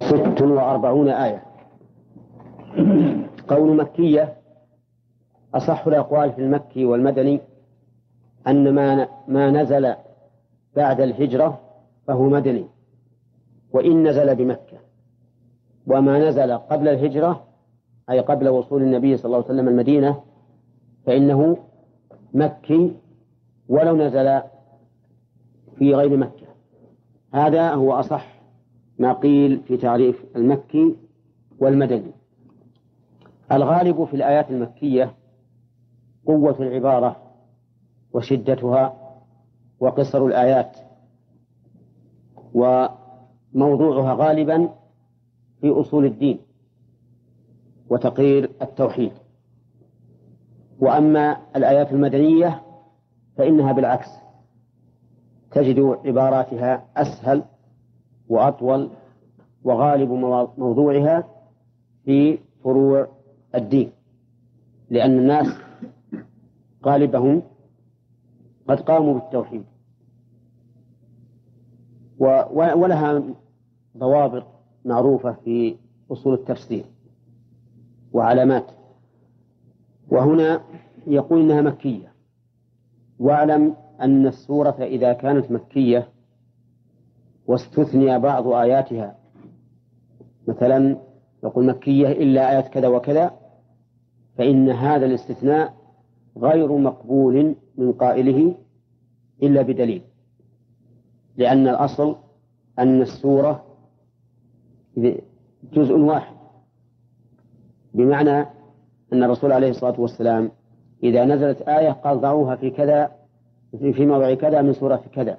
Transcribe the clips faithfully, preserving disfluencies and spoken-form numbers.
ست وأربعون آية. قول مكية أصح الأقوال في المكي والمدني أن ما ما نزل بعد الهجرة فهو مدني وإن نزل بمكة، وما نزل قبل الهجرة أي قبل وصول النبي صلى الله عليه وسلم المدينة فإنه مكي ولو نزل في غير مكة. هذا هو أصح ما قيل في تعريف المكي والمدني. الغالب في الآيات المكية قوة العبارة وشدتها وقصر الآيات، وموضوعها غالبا في أصول الدين وتقرير التوحيد. وأما الآيات المدنية فإنها بالعكس، تجد عباراتها أسهل وأطول، وغالب موضوعها في فروع الدين، لأن الناس غالبهم قد قاموا بالتوحيد، ولها ضوابط معروفة في أصول التفسير وعلامات. وهنا يقول إنها مكية. واعلم أن السورة إذا كانت مكية واستثني بعض آياتها، مثلا يقول مكية إلا آيات كذا وكذا، فإن هذا الاستثناء غير مقبول من قائله إلا بدليل، لأن الأصل أن السورة جزء واحد، بمعنى أن الرسول عليه الصلاة والسلام إذا نزلت آية قال ضعوها في كذا في موضع كذا من سورة كذا.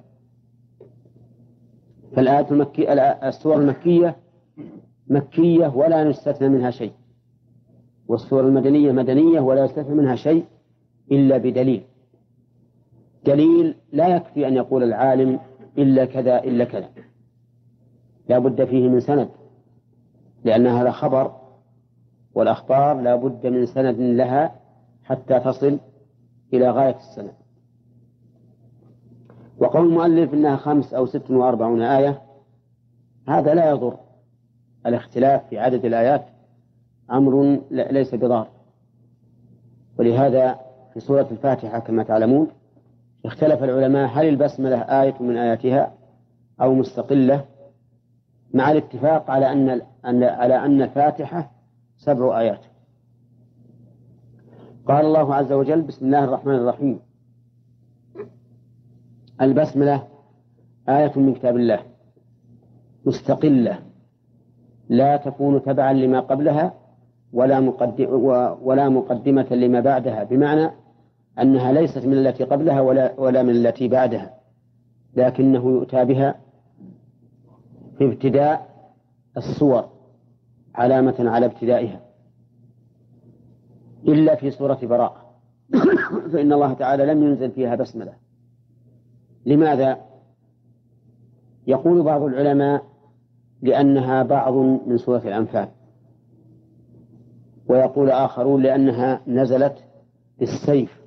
فالآيات المكية السور المكية مكية ولا يستثنى منها شيء، والسور المدنية مدنية ولا يستثنى منها شيء إلا بدليل. دليل لا يكفي أن يقول العالم إلا كذا إلا كذا، لا بد فيه من سند، لأن هذا خبر، والأخبار لا بد من سند لها حتى تصل إلى غاية السند. وقول المؤلف إنها خمس أو ست وأربعون آية هذا لا يضر. الاختلاف في عدد الآيات أمر ليس بضار، ولهذا في سورة الفاتحة كما تعلمون اختلف العلماء هل البسملة آية من آياتها أو مستقلة، مع الاتفاق على أن على أن الفاتحة سبع آيات. قال الله عز وجل: بسم الله الرحمن الرحيم. البسملة آية من كتاب الله مستقلة لا تكون تبعا لما قبلها ولا مقدم ولا مقدمة لما بعدها، بمعنى أنها ليست من التي قبلها ولا ولا من التي بعدها، لكنه يؤتى بها في ابتداء السور علامة على ابتدائها، إلا في سورة براءة فإن الله تعالى لم ينزل فيها بسملة. لماذا؟ يقول بعض العلماء لأنها بعض من سورة الأنفال، ويقول آخرون لأنها نزلت بالسيف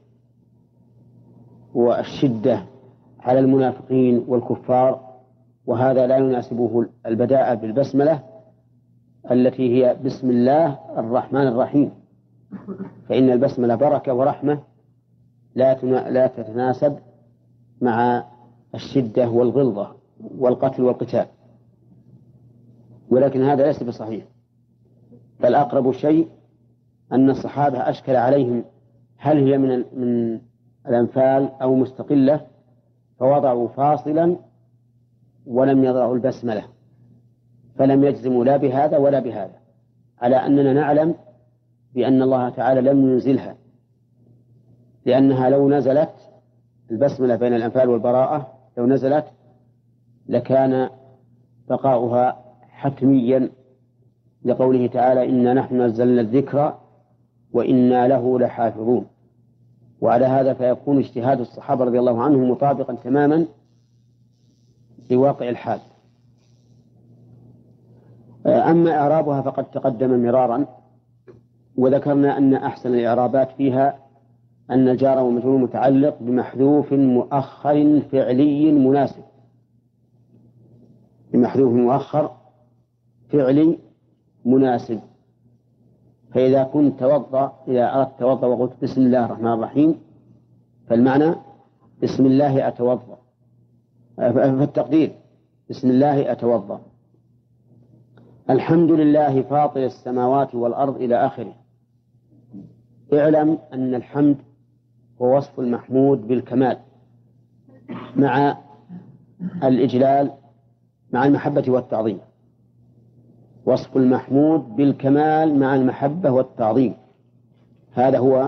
والشدة على المنافقين والكفار، وهذا لا يناسبه البداءة بالبسملة التي هي بسم الله الرحمن الرحيم، فإن البسملة بركة ورحمة لا لا تتناسب مع الشدة والغلظة والقتل والقتال. ولكن هذا ليس بصحيح، بل أقرب شيء أن الصحابة أشكل عليهم هل هي من من الأنفال أو مستقلة، فوضعوا فاصلا ولم يضعوا البسملة، فلم يجزموا لا بهذا ولا بهذا، على أننا نعلم بأن الله تعالى لم ينزلها، لأنها لو نزلت البسملة بين الأنفال والبراءة لو نزلت لكان بقاؤها حتميا، لقوله تعالى: إنا نحن نزلنا الذكر وإنا له لحافظون. وعلى هذا فيكون اجتهاد الصحابة رضي الله عنهم مطابقا تماما لواقع الحال. أما إعرابها فقد تقدم مرارا، وذكرنا أن أحسن الإعرابات فيها أن الجار والمجرور متعلق بمحذوف مؤخر فعلي مناسب، بمحذوف مؤخر فعلي مناسب. فإذا كنت توضأ إذا أردت توضأ وقلت بسم الله الرحمن الرحيم فالمعنى بسم الله أتوضأ، فالتقدير بسم الله أتوضأ. الحمد لله فاطر السماوات والأرض إلى آخره. اعلم أن الحمد هو وصف المحمود بالكمال مع الإجلال مع المحبة والتعظيم. وصف المحمود بالكمال مع المحبة والتعظيم، هذا هو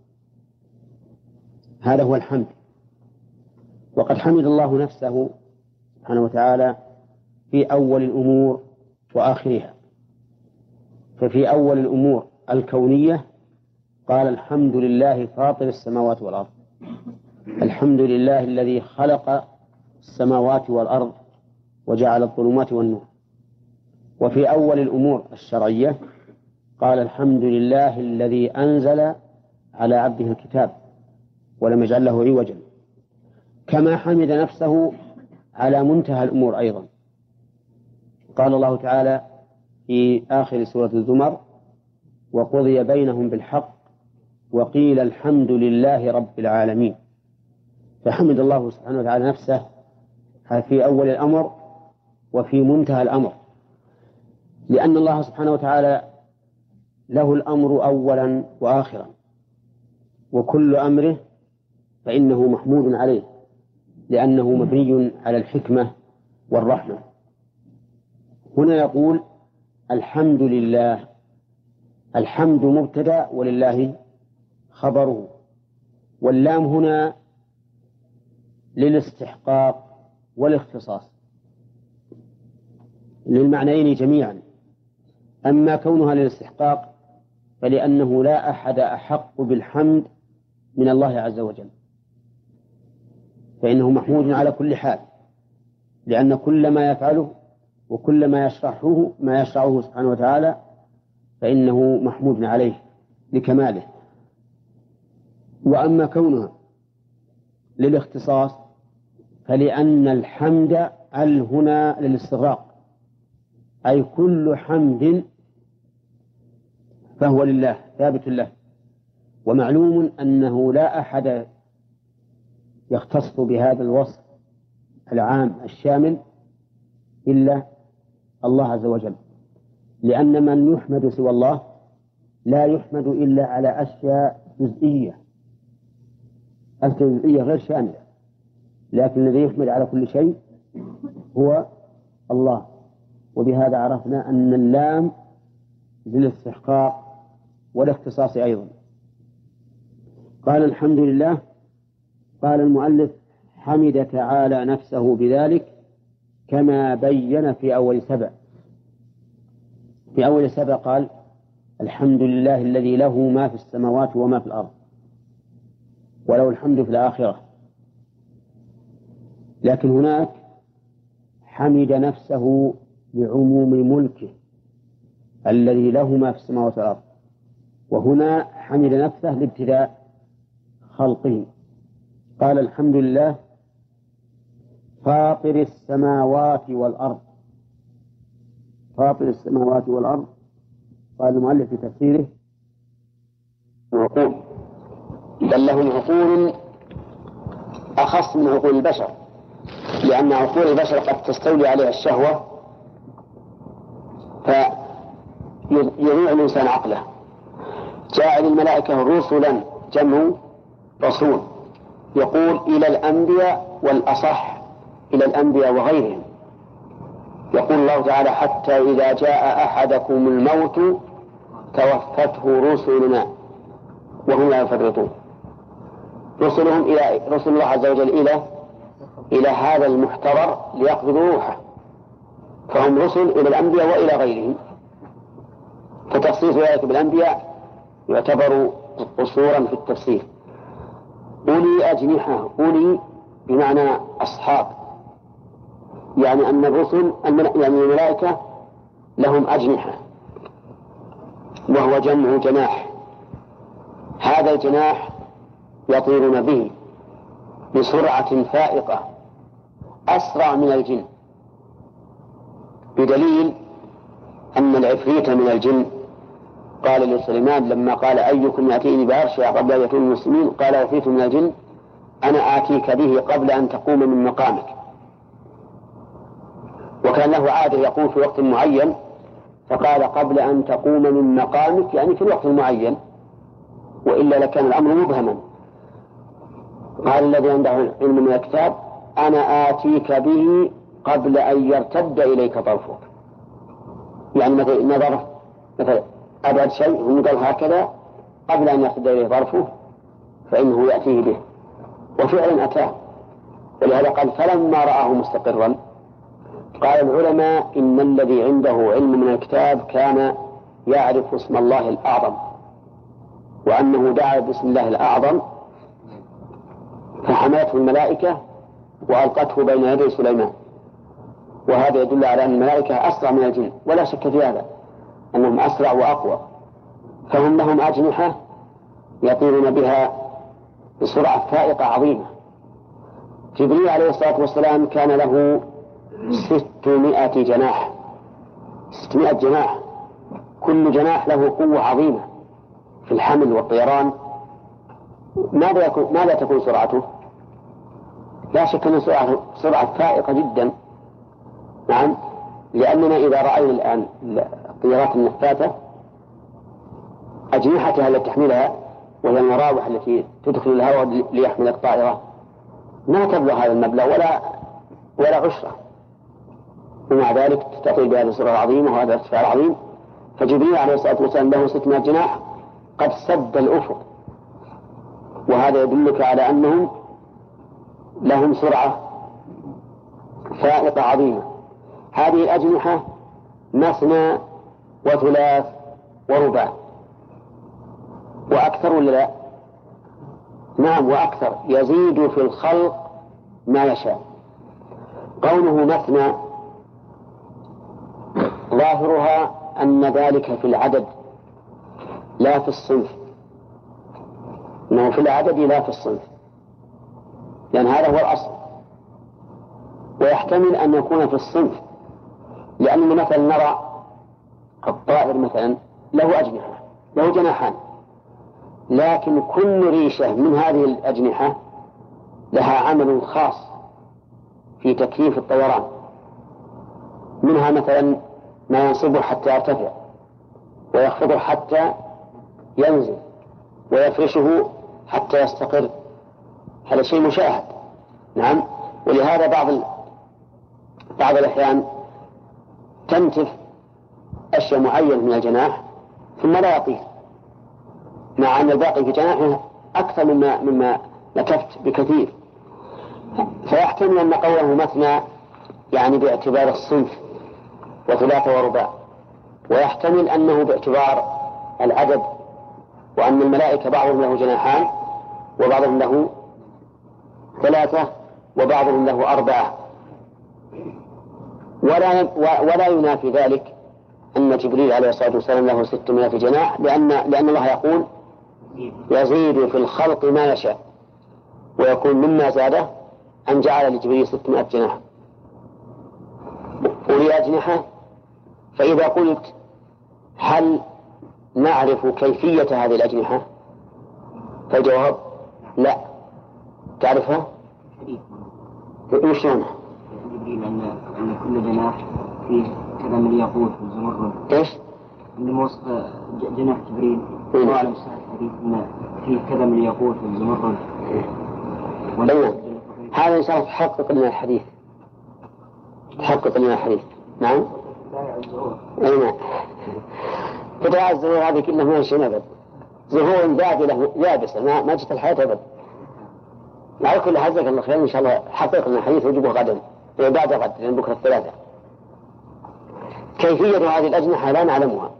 هذا هو الحمد. وقد حمد الله نفسه سبحانه وتعالى في أول الأمور وآخرها. ففي أول الأمور الكونية قال الحمد لله فاطر السماوات والأرض، الحمد لله الذي خلق السماوات والأرض وجعل الظلمات والنور. وفي أول الأمور الشرعية قال الحمد لله الذي أنزل على عبده الكتاب ولم يجعل له عوجا. كما حمد نفسه على منتهى الأمور أيضا. قال الله تعالى في آخر سورة الزمر وقضي بينهم بالحق وقيل الحمد لله رب العالمين. فحمد الله سبحانه وتعالى نفسه في أول الأمر وفي منتهى الأمر، لأن الله سبحانه وتعالى له الأمر أولا وآخرا، وكل أمره فإنه محمود عليه لأنه مبني على الحكمة والرحمة. هنا يقول الحمد لله، الحمد مبتدأ ولله خبره، واللام هنا للاستحقاق والاختصاص للمعنيين جميعا. أما كونها للاستحقاق فلأنه لا أحد أحق بالحمد من الله عز وجل، فإنه محمود على كل حال، لأن كل ما يفعله وكل ما يشرحه ما يشرعه سبحانه وتعالى فإنه محمود عليه لكماله. وأما كونها للاختصاص فلأن الحمد ال هنا للاستغراق، أي كل حمد فهو لله ثابت له. ومعلوم أنه لا أحد يختص بهذا الوصف العام الشامل إلا الله عز وجل، لأن من يحمد سوى الله لا يحمد إلا على أشياء جزئية، الجزئية غير شاملة، لكن الذي يحمد على كل شيء هو الله. وبهذا عرفنا أن اللام للاستحقاق والاختصاص أيضا. قال الحمد لله. قال المؤلف حمد تعالى نفسه بذلك كما بين في أول سبع. في أول سبع قال الحمد لله الذي له ما في السماوات وما في الأرض وله الحمد في الآخرة. لكن هناك حمد نفسه بعموم ملكه الذي له ما في السماوات والأرض، وهنا حمد نفسه لابتداء خلقه. قال الحمد لله فاطر السماوات والأرض. فاطر السماوات والأرض قال المؤلف في تفسيره عقول، بل لهم عقول أخص من عقول البشر، لأن عقول البشر قد تستولي عليها الشهوة فيضيع الإنسان عقله. جاء للملائكة رسلا جمع رسول، يقول إلى الأنبياء والأصح إلى الأنبياء وغيرهم. يقول الله تعالى حتى إذا جاء أحدكم الموت توفته رسلنا وهم لا يفرطون. رسلهم إلى رسل الله عز وجل إلى إلى هذا المحتضر ليقبضوا روحه، فهم رسل إلى الأنبياء وإلى غيرهم. فتخصيص ذلك بالأنبياء يعتبر قصورا في التفسير. أولي أجنحة، أولي بمعنى أصحاب، يعني أن الرسل يعني الملائكة لهم أجنحة وهو جمع جناح. هذا الجناح يطيرون به بسرعة فائقة أسرع من الجن، بدليل أن العفريت من الجن قال لسليمان لما قال أيكم يأتيني بعرشها قبل أن يكون المسلمين قال عفريت من الجن أنا آتيك به قبل أن تقوم من مقامك. وكان له عادة يقوم في وقت معين فقال قبل أن تقوم من مقامك يعني في الوقت المعين، وإلا لكان الأمر مبهما. قال الذي عنده علم من الكتاب أنا آتيك به قبل أن يرتد إليك طرفك، يعني مثل نظر مثل أبعد شيء هم قال هكذا قبل أن يرتد إليه طرفه فإنه يأتيه به، وفعلا أتاه. ولهذا قال فلما رآه مستقرا قال العلماء إن الذي عنده علم من الكتاب كان يعرف اسم الله الأعظم، وأنه دعا باسم الله الأعظم فحملته الملائكة وألقته بين يدي سليمان. وهذا يدل على أن الملائكة أسرع من الجن، ولا شك في هذا أنهم أسرع وأقوى، فهم لهم أجنحة يطيرون بها بسرعة فائقة عظيمة. جبريل عليه الصلاة والسلام كان له ستمائة جناح، ستمائة جناح، كل جناح له قوة عظيمة في الحمل والطيران. ماذا يكون ماذا تكون سرعته؟ لا شك أن سرعة سرعة فائقة جدا. نعم، لأننا إذا رأينا الآن الطيارات النفاثة أجنحتها التي تحملها وهي المراوح التي تدخل الهواء ليحمل الطائرة ما تبلغ هذا المبلغ ولا ولا عشرة، ومع ذلك تستطيع بهذه السرعة العظيمة وهذا الارتفاع العظيم. فجبريل عليه الصلاة والسلام له ستمائة جناح قد سد الأفق، وهذا يدلك على أنهم لهم سرعة فائقة عظيمة. هذه الأجنحة مثنى وثلاث ورباع وأكثر ولا لا؟ نعم وأكثر، يزيد في الخلق ما يشاء. قوله مثنى ظاهرها أن ذلك في العدد لا في الصنف، إنه في العدد لا في الصنف، لأن هذا هو الأصل. ويحتمل أن يكون في الصنف، لأننا مثلا نرى الطائر مثلا له أجنحة له جناحان، لكن كل ريشة من هذه الأجنحة لها عمل خاص في تكييف الطيران. منها مثلا ما ينصبه حتى يرتفع، ويخفضه حتى ينزل، ويفرشه حتى يستقر. هذا شيء مشاهد. نعم، ولهذا بعض ال... بعض الأحيان تنتف أشياء معينة من الجناح ثم لا يطير، مع أن الباقي في جناحه أكثر مما مما نتفت بكثير. فيحتمل أن قوله مثنى يعني باعتبار الصنف وثلاثة ورباع، ويحتمل أنه باعتبار العدد، وأن الملائكة بعضهم له جناحان وبعضهم له ثلاثة وبعضهم له أربعة. ولا ولا ينافي ذلك أن جبريل عليه الصلاة والسلام له ستمائة جناح، لأن لأن الله يقول يزيد في الخلق ما يشاء، ويكون مما زاده أن جعل لجبريل ستمائة جناح أولي أجنحة. فإذا قلت هل نعرف كيفية هذه الأجنحة؟ فالجواب لا. تعرفها؟ وشلون؟ جبريل أن أن كل جناح فيه كذا من الياقوت والزمرد. إيش؟ من وصف جناح جبريل هو على مستوى الحديث أن فيه كذا من الياقوت والزمرد. ولو هذا إن شاء الله تحقق لنا الحديث، تحقق لنا الحديث. نعم. أي نعم. فتاة الزهور هذه كلها ما شيء أبد، زهور بادلة يابسة ما ما جت الحياة أبد. على كل حال جزاك الله خير، إن شاء الله حقق لنا الحديث وجبه غدا بعد غد، لأن بكرة الثلاثة. كيفية هذه الأجنحة لا نعلمها،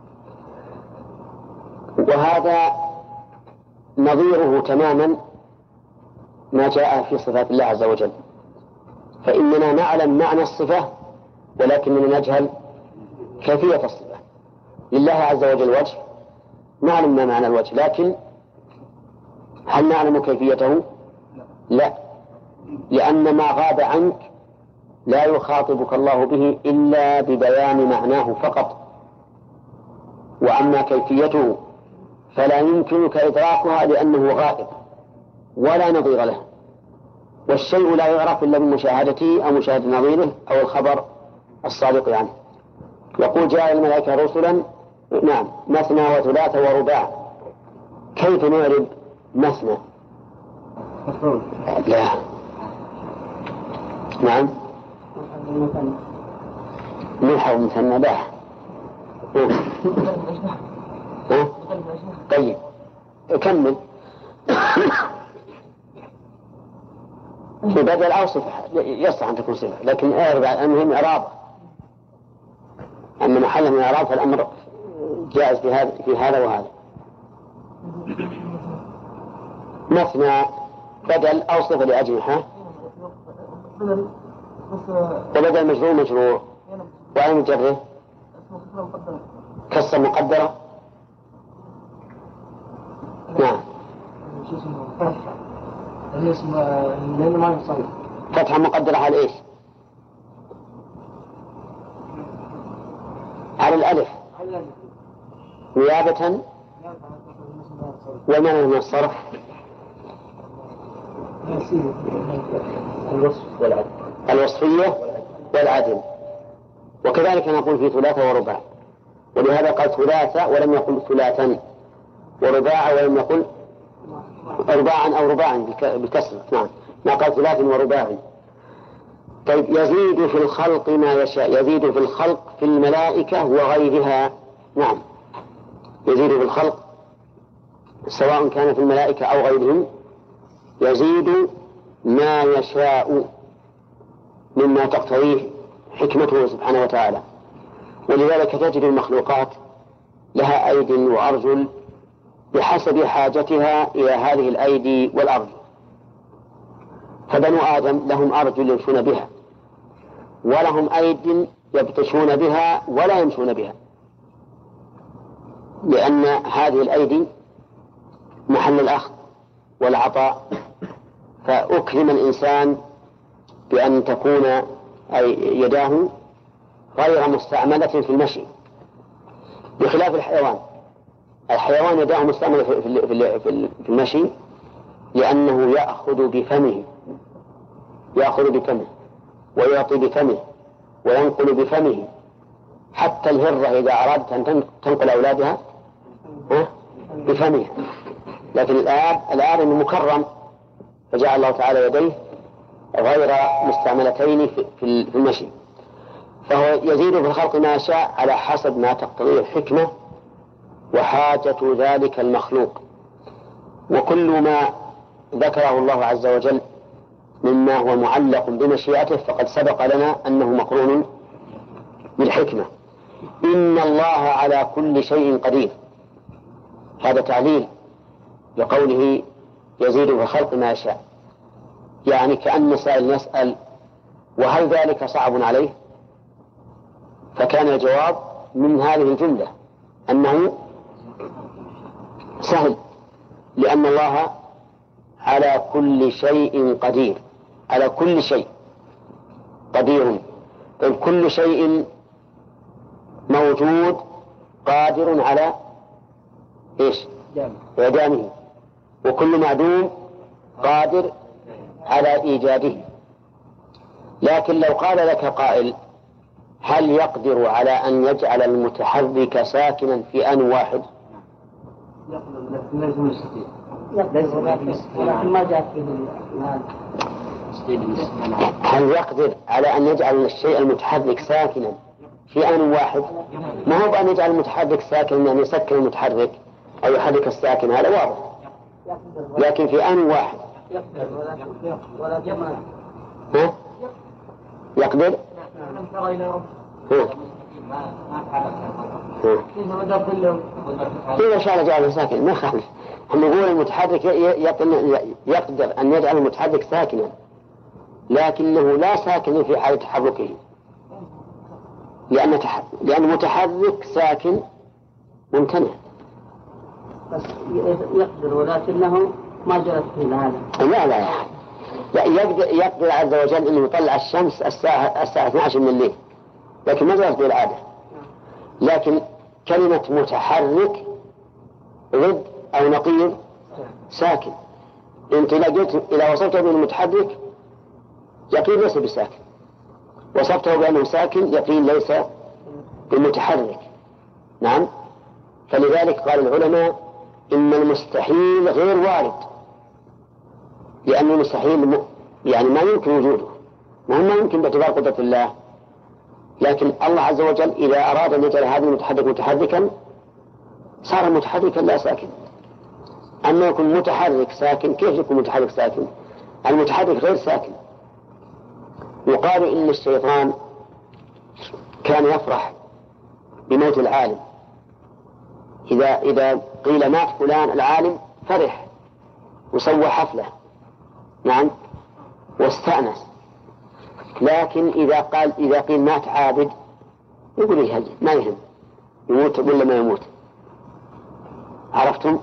وهذا نظيره تماما ما جاء في صفات الله عز وجل. فإننا نعلم معنى الصفة ولكننا نجهل كيفية الصفة. لله عز وجل وجه، نعلم ما معنى الوجه، لكن هل نعلم كيفيته؟ لا، لأن ما غاب عنك لا يخاطبك الله به إلا ببيان معناه فقط. وأما كيفيته فلا يمكنك إدراكها لأنه غائب ولا نظير له، والشيء لا يعرف إلا بمشاهدته أو مشاهدة نظيره أو الخبر الصادق عنه. يقول جاء الملائكة رسلا نعم مثنى وثلاث ورباع. كيف نعرب مثنى؟ لا نعم نحو مثنى لا. طيب كمل. في بدل أو صفة يصح أن تكون صفة، لكن أعرب المهم إعرابه، أما محل من إعراب فالأمر جائز في هذا في هذا وهذا. مثنى بدل أو صفة لأجنحة، وبدل مجرور مجرور وعلى مجره كسر مقدرة. نعم فتحة مقدرة على إيش؟ على الألف نيابة ومنع من الصرف الوصفية والعدل. وكذلك نقول في ثلاثة ورباع، ولهذا قال ثلاثة ولم يقل ثلاثا، ورباع ولم يقل رباعا أو رباعا بكسر. نعم ما قال ثلاث ورباع. طيب يزيد في الخلق ما يشاء، يزيد في الخلق في الملائكة وغيرها. نعم يزيد في الخلق سواء كان في الملائكة أو غيرهم، يزيد ما يشاء مما تقتضيه حكمته سبحانه وتعالى. ولذلك تجد المخلوقات لها أيد وأرجل بحسب حاجتها إلى هذه الأيدي والأرجل. فبنو آدم لهم أرجل يمشون بها، ولهم أيد يبطشون بها ولا يمشون بها، لأن هذه الأيدي محل الأخذ والعطاء. فأكرم الإنسان بأن تكون أي يداه غير مستعملة في المشي، بخلاف الحيوان. الحيوان يداه مستعملة في المشي لأنه يأخذ بفمه، يأخذ بفمه ويعطي بفمه وينقل بفمه. حتى الهرة إذا أرادت أن تنقل أولادها بفمها، لكن الآب الآب مكرم فجعل الله تعالى يديه غير مستعملتين في المشي. فهو يزيد في الخلق ما يشاء على حسب ما تقتضيه الحكمة وحاجة ذلك المخلوق. وكل ما ذكره الله عز وجل مما هو معلق بمشيئته فقد سبق لنا أنه مقرون بالحكمة. إن الله على كل شيء قدير، هذا تعليل لقوله يزيد في الخلق ما يشاء، يعني كأن سائل يسأل وهل ذلك صعب عليه؟ فكان الجواب من هذه الجملة أنه سهل، لأن الله على كل شيء قدير، على كل شيء قدير. طيب كل شيء موجود قادر على إيش؟ إعدامه، وكل معدوم قادر على إيجاده. لكن لو قال لك قائل هل يقدر على أن يجعل المتحرك ساكنا في آن واحد؟ هل يقدر على أن يجعل الشيء المتحرك ساكنا في آن واحد؟ ما هو بأن يجعل المتحرك ساكنا أن يسكن المتحرك أو يحرك الساكن، هذا واضح، لكن في آن واحد ها؟ يقدر إذا شاء جعله ساكن ما خالف. نقول المتحرك يقدر أن يجعل المتحرك ساكنا، لكنه لا ساكن في حال تحركه، لأن لأن المتحرك ساكن ممتنع. بس يقدر ولكنه ما جرت في هذا. لا لا لا يقدر, يقدر عز وجل أن يطلع الشمس الساعة الساعة اثني عشر من الليل، لكن ما جرت بالعادة. لكن كلمة متحرك ضد أو نقيض ساكن. أنت إذا قلت إذا وصفته بأنه متحرك يقين ليس بساكن، وصفته بأنه ساكن يقين ليس بمتحرك. نعم. فلذلك قال العلماء إن المستحيل غير وارد، لأن المستحيل يعني ما يمكن وجوده، ما يمكن باعتبار قدرة الله، لكن الله عز وجل إذا أراد أن يجعل هذا المتحرك متحركا صار متحركا لا ساكن. أما يكون متحرك ساكن كيف يكون متحرك ساكن؟ المتحرك غير ساكن. يقال إن الشيطان كان يفرح بموت العالم، إذا إذا قيل مات فلان العالم فرح وسوى حفلة، نعم، واستأنس. لكن إذا قال إذا قيل مات عابد يقول يهج ما يهم يموت ولا ما يموت. عرفتم؟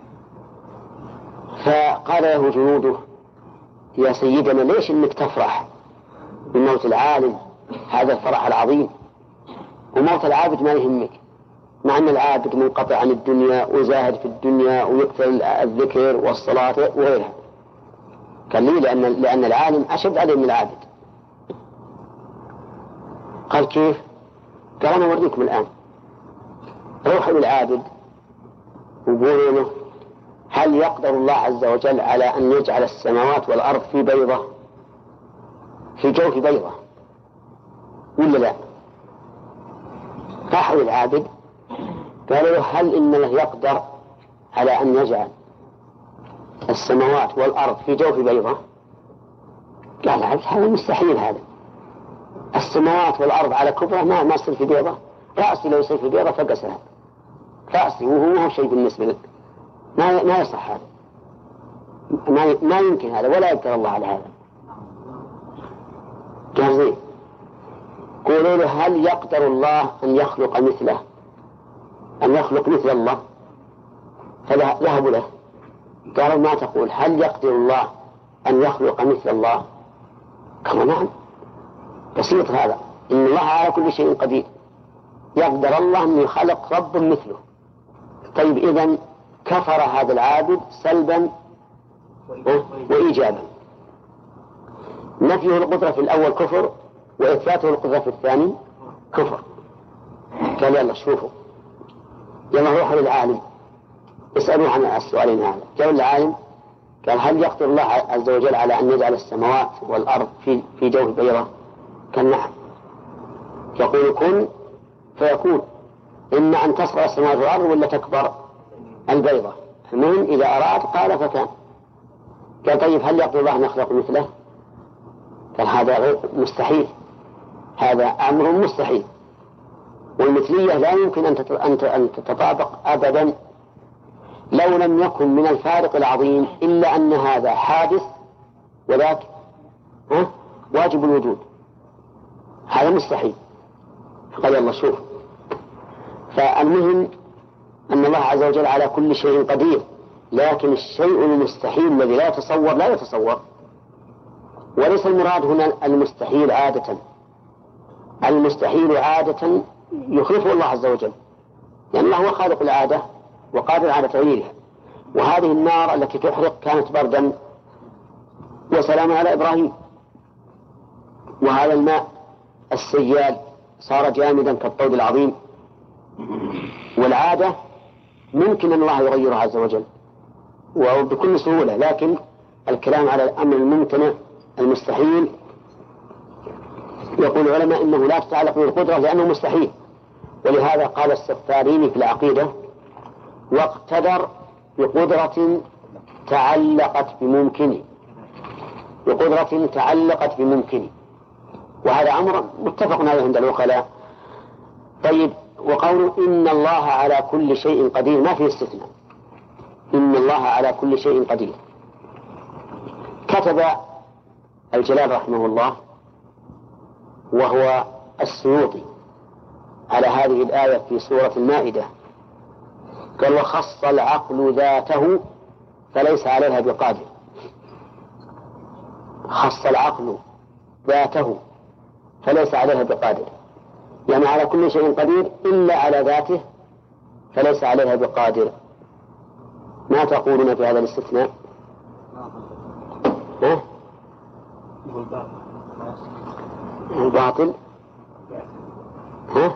فقال له جنوده يا سيدنا ليش إنك تفرح بموت العالم، هذا الفرح العظيم، وموت العابد ما يهمك، مع أن العابد منقطع عن الدنيا وزاهد في الدنيا ويكثر الذكر والصلاة وغيرها. قال لي لأن, لأن العالم أشد عليه من العابد. قال كيف؟ قال أنا أوريكم الآن، روحوا للعابد وقولوا له هل يقدر الله عز وجل على أن يجعل السماوات والأرض في بيضة، في جوف بيضة، ولا لا؟ راحوا للعابد قالوا له هل إن الله يقدر على أن يجعل السماوات والأرض في جوف بيضة؟ قال هذا مستحيل، هذا السماوات والأرض على كبرى ما ما يصير في بيضة، رأسي لو يصير في بيضة فقسها رأسي وهو ما شيء بالنسبة لك، ما ما يصح هذا، ما ما يمكن هذا ولا يقدر الله على هذا. قال زين قولوا له هل يقدر الله أن يخلق مثله، أن يخلق مثل الله؟ فذهبوا له قالوا ما تقول، هل يقدر الله أن يخلق مثل الله؟ قالوا نعم بسيط هذا، إن الله على كل شيء قدير، يقدر الله أن يخلق رب مثله. طيب إذن كفر هذا العابد سلبا وإيجابا، نفيه القدرة في الأول كفر وإثباته القدرة في الثاني كفر. قال يلا شوفوا، يلا روحوا للعالم اسألوا عن السؤالين هذا. قالوا العالم قال هل يقدر الله عز وجل على أن يجعل السماوات والأرض في في جوف بيضة؟ قال نعم. يقول كن فيكون، إما أن تصغر السماوات والأرض ولا تكبر البيضة، المهم إذا أراد قال فكان. قال طيب هل يقدر الله أن يخلق مثله؟ قال هذا غير مستحيل، هذا أمر مستحيل، والمثلية لا يمكن أن تتطابق أبدا لو لم يكن من الفارق العظيم إلا أن هذا حادث وذاك واجب الوجود، هذا مستحيل. قال يلا شوف. فالمهم أن الله عز وجل على كل شيء قدير، لكن الشيء المستحيل الذي لا يتصور لا يتصور، وليس المراد هنا المستحيل عادة، المستحيل عادة يخلفه الله عز وجل، لأن الله هو خالق العادة وقادر على تغييرها. وهذه النار التي تحرق كانت بردا وسلام على إبراهيم، وهذا الماء السيال صار جامدا كالطود العظيم، والعادة ممكن أن الله يغيرها عز وجل وبكل سهولة، لكن الكلام على الأمر الممتنع المستحيل يقول العلماء إنه لا تتعلق بالقدرة لأنه مستحيل. ولهذا قال السفاريني في العقيدة واقتدر بقدرة تعلقت بممكن، بقدرة تعلقت بممكن، وهذا أمر متفق عليه عند العقلاء. طيب وقوله إن الله على كل شيء قدير ما فيه استثناء، إن الله على كل شيء قدير. كتب الجلال رحمه الله وهو السيوطي على هذه الآية في سورة المائدة، قال وخص العقل ذاته فليس عليها بقادر. خص العقل ذاته فليس عليها بقادر، يعني على كل شيء قدير إلا على ذاته فليس عليها بقادر، ما تقولون في هذا الاستثناء؟ ها؟ الباطل ها؟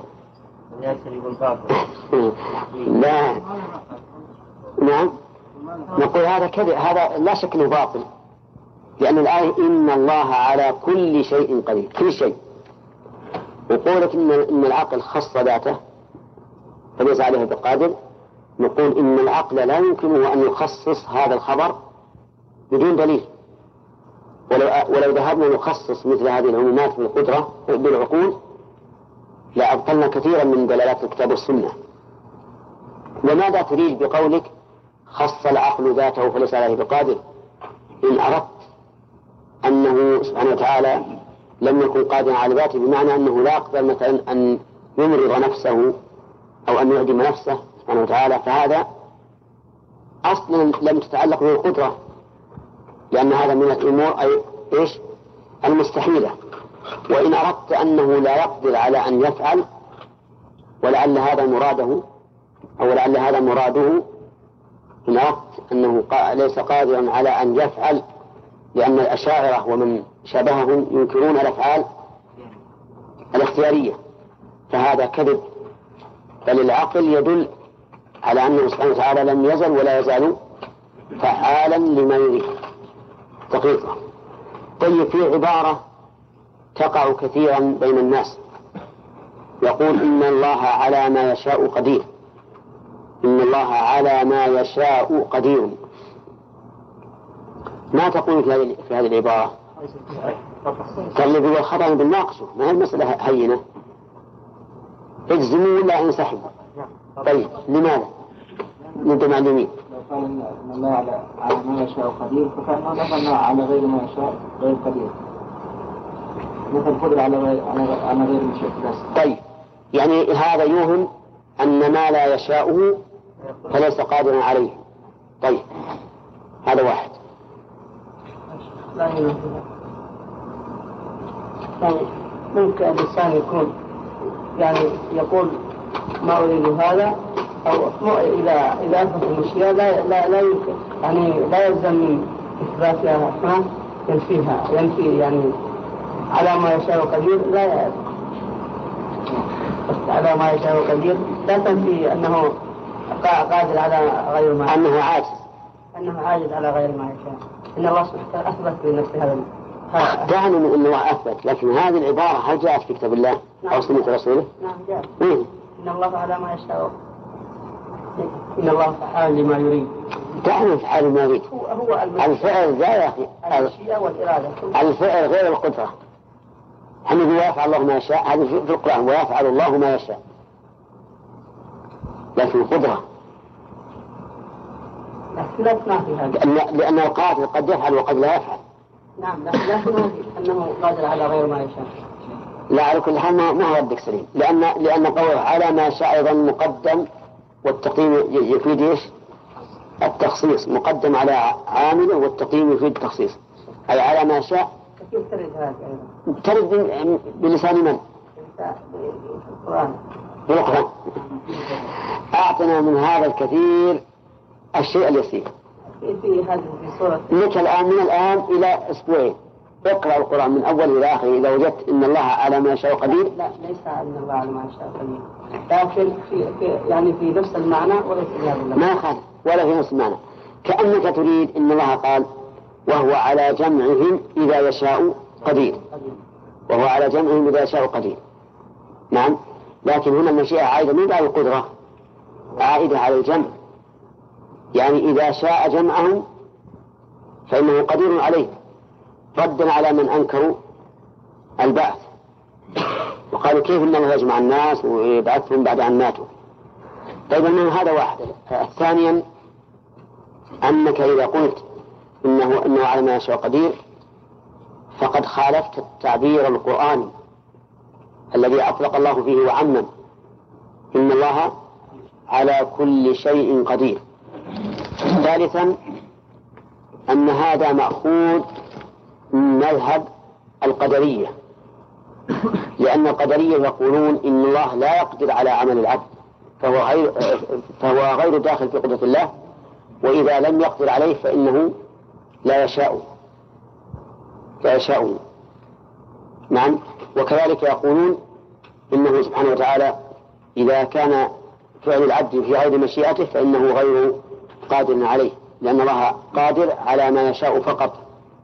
لا نعم نقول هذا كذب، هذا لا شك انه باطل، لأن الآية إن الله على كل شيء قدير، كل شيء. وقولك إن إن العقل خص ذاته فليس عليه بقادر، نقول إن العقل لا يمكنه أن يخصص هذا الخبر بدون دليل. ولو ولو ذهبنا نخصص مثل هذه العمومات بالقدرة بالعقول لأبطلنا كثيرا من دلالات الكتاب والسنة. وماذا تريد بقولك خص العقل ذاته فليس عليه بقادر؟ إن أردت أنه سبحانه وتعالى لم يكن قادرا على ذاته بمعنى أنه لا يقدر مثلا أن يمرض نفسه أو أن يعدم نفسه سبحانه وتعالى، فهذا أصلا لم تتعلق به القدرة، لأن هذا من الأمور أي إيش المستحيلة. وإن أردت أنه لا يقدر على أن يفعل ولعل هذا مراده أو لعل هذا مراده إن أردت أنه ليس قادرا على أن يفعل، لأن الأشاعرة ومن شبههم ينكرون الأفعال الاختيارية، فهذا كذب، بل العقل يدل على أنه سبحانه وتعالى لم يزل ولا يزال فعالا لما يريد دقيقة. طيب في عبارة تقع كثيرا بين الناس يقول إن الله على ما يشاء قدير، إن الله على ما يشاء قدير، ما تقول في هذه في هذه العبارة؟ طلب والخطأ بالناقشه، ما هي المسألة هينة، اجزموا ولا انسحبوا. طيب لماذا؟ أنتم معلومين. لو قال إن الله على على ما يشاء قدير فكأنه نفى على غير ما يشاء غير قدير، مثل القدرة على غير على غير ما يشاء. طيب يعني هذا يوهم أن ما لا يشاءه فليس قادرا عليه. طيب هذا واحد. لا ينفذ. يعني ممكن الإنسان يكون يعني يقول ما أريد هذا، أو إذا إذا أثبت المشيئة لا لا لا يمكن يعني لا يلزم من إثباتها ما ينفيها، ينفي يعني على ما يشاء قدير، لا على ما يشاء قدير لا تنفي أنه قادر على غير ما أنه عاجز أنه عاجز على غير ما يشاء. إن الله سبحانه أثبت لنفسه هذا. دعني من أنه أثبت، لكن هذه العبارة هل جاءت في كتاب الله أو سنة رسوله؟ نعم جاءت. إيه؟ إن الله على ما يشاء، إن الله فعال لما يريد. دعني فعال ما يريد. هو هو الفعل ذا يا أخي، المشيئة والإرادة. الفعل غير القدرة. حين يفعل الله ما يشاء هذا في القرآن، ويفعل الله ما يشاء، لكن القدرة لا تنافي هذا، لأن, لأن القادر قد يفعل وقد لا يفعل. نعم لكن لا تنافي أنه قادر على غير ما يشاء. لا على كل حال ما هو ردك سليم، لأن لأن قوله على ما شاء أيضا مقدم، والتقييم يفيد إيش؟ التخصيص، مقدم على عامله والتقييم يفيد التخصيص، أي على ما شاء. كيف ترد هذا أيضا؟ ترد بلسان من؟ القرآن. بالقرآن. أعطنا من هذا الكثير الشيء اليسير. في هذه في صورة. لك الآن من الآن إلى أسبوعين اقرأ القرآن من أول إلى آخره، إذا وجدت إن الله على ما يشاء قدير. لا ليس أن الله على ما يشاء قدير، لكن في, في يعني في نفس المعنى وليس في هذا المعنى. ما خالف ولا في نفس المعنى، كأنك تريد إن الله قال وهو على جمعهم إذا يشاء قدير، وهو على جمعهم إذا يشاء قدير. نعم، لكن هنا المشيئة عائدة من بعد القدرة، عائدة على الجمع، يعني إذا شاء جمعهم فإنه قدير عليه، ردا على من أنكروا البعث وقالوا كيف إن الله يجمع الناس ويبعثهم بعد أن ماتوا. طيب من هذا واحد. ثانيا أنك إذا قلت إنه, إنه على ما يشاء قدير فقد خالفت التعبير القرآني الذي أطلق الله فيه وعمم، إن الله على كل شيء قدير. ثالثا أن هذا مأخوذ من مذهب القدرية، لأن القدرية يقولون إن الله لا يقدر على عمل العبد فهو غير فهو غير داخل في قدرة الله، وإذا لم يقدر عليه فإنه لا يشاء لا يشاء نعم. وكذلك يقولون إنه سبحانه وتعالى إذا كان فعل العبد في غير مشيئته فإنه غير قادر عليه، لأن الله قادر على ما يشاء فقط.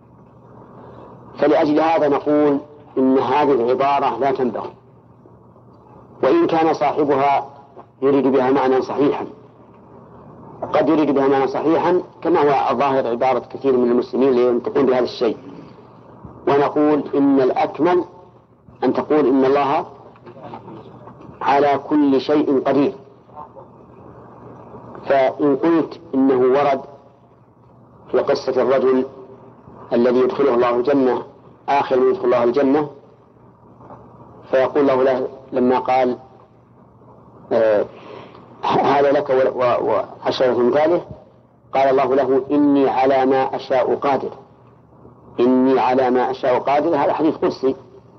فلأجل هذا نقول إن هذه العبارة لا تنبغي، وإن كان صاحبها يريد بها معنى صحيحا، قد يريد بها معنى صحيحا كما هو ظاهر عبارة كثير من المسلمين لينطقون بهذا الشيء. ونقول إن الأكمل أن تقول إن الله على كل شيء قدير. فإن قلت إنه ورد في قصة الرجل الذي يدخله الله الجنة آخر من يدخل الله الجنة، فيقول له, له لما قال آه هذا لك وعشرة مثاله، قال الله له إني على ما أشاء قادر. إني على ما أشاء قادر، هذا حديث قدسي.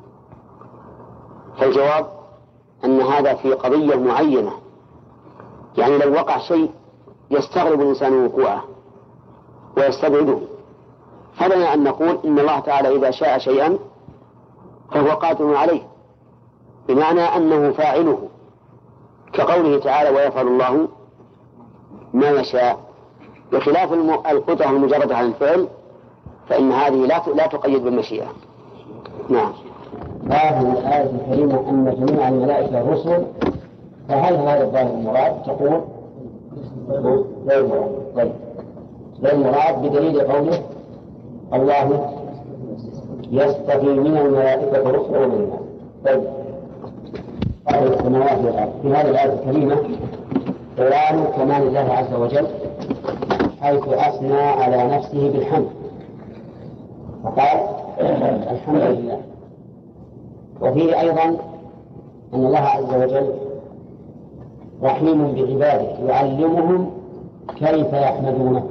فالجواب أن هذا في قضية معينة، يعني لو وقع شيء يستغرب الإنسان وقوعه ويستبعده، فلنا أن نقول إن الله تعالى إذا شاء شيئا فهو قادر عليه، بمعنى أنه فاعله، كقوله تعالى ويفعل الله ما يشاء. بخلاف القدرة المجردة عن الفعل فإن هذه لا لا تقيد بالمشيئة. نعم. هذه الآية الكريمة أن جميع الملائكة الرسل، فهل هذا الظاهر المراد؟ تقول غير مراد. طيب غير مراد بدليل قوله الله يستفي من الملائكة رسلا ومن الناس. طيب قال السماوات والأرض في هذه الآية الكريمة بيان كمال الله عز وجل، حيث أثنى على نفسه بالحمد فقال الحمد لله. وفيه أيضا أن الله عز وجل رحيم بعباده يعلمهم كيف يحمدونه،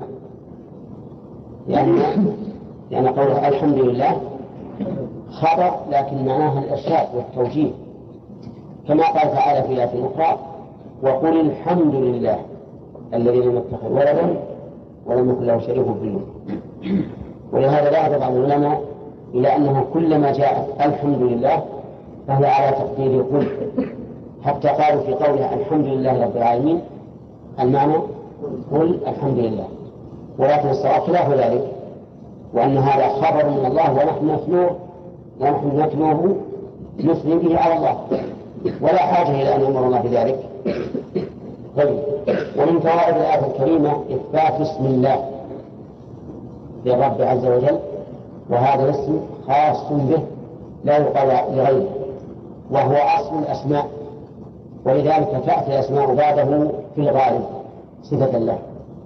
لأن لأن قوله الحمد لله خبر لكن معناها الإرشاد والتوجيه، كما قال تعالى في آية أخرى وقل الحمد لله الذي لم يتخذ ولدا ولم يكن له شريك في الملك. ولهذا ذهب بعض العلماء إلى أنه كلما جاءت الحمد لله فهي على تقدير قل، حتى قالوا في قولها الحمد لله رب العالمين المعنى قل الحمد لله، ولكن الصواب خلاف ذلك، وأن هذا خبر من الله ونحن نتلوه ونحن نتلوه نثني به على الله، ولا حاجة إلى أن يأمرنا بذلك. طيب ومن فوائد الآية الكريمة إثبات اسم الله للرب عز وجل، وهذا الاسم خاص به لا يقال لغيره، وهو أصل الأسماء، ولذلك تأتي الأسماء بعده في الغالب صفة الله.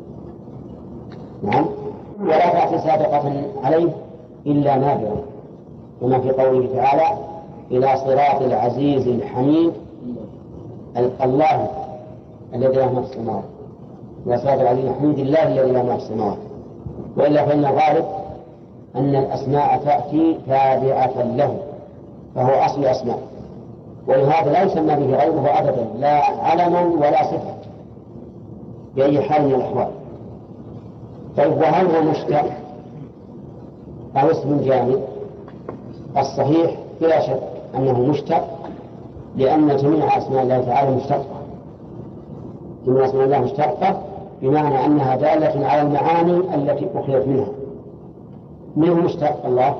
نعم. ولا تأتي سابقة عليه إلا نادرا، كما في قوله تعالى إلى صراط العزيز الحميد الله الذي له ما في السماوات، إلى صراط العزيز الحميد الله الذي له ما في السماوات. وإلا فإن الغالب أن الأسماء تأتي تابعة له، فهو أصل الأسماء، ولهذا لا يسمى به غيره أبدا، لا علما ولا صفة بأي حال من الأحوال. طيب وهل هو مشتق أو اسم جامد؟ الصحيح بلا شك أنه مشتق، لأن جميع أسماء الله تعالى مشتقة، جميع أسماء الله مشتقة بمعنى أنها دالة على المعاني التي أخذت منها. من هو مشتق الله؟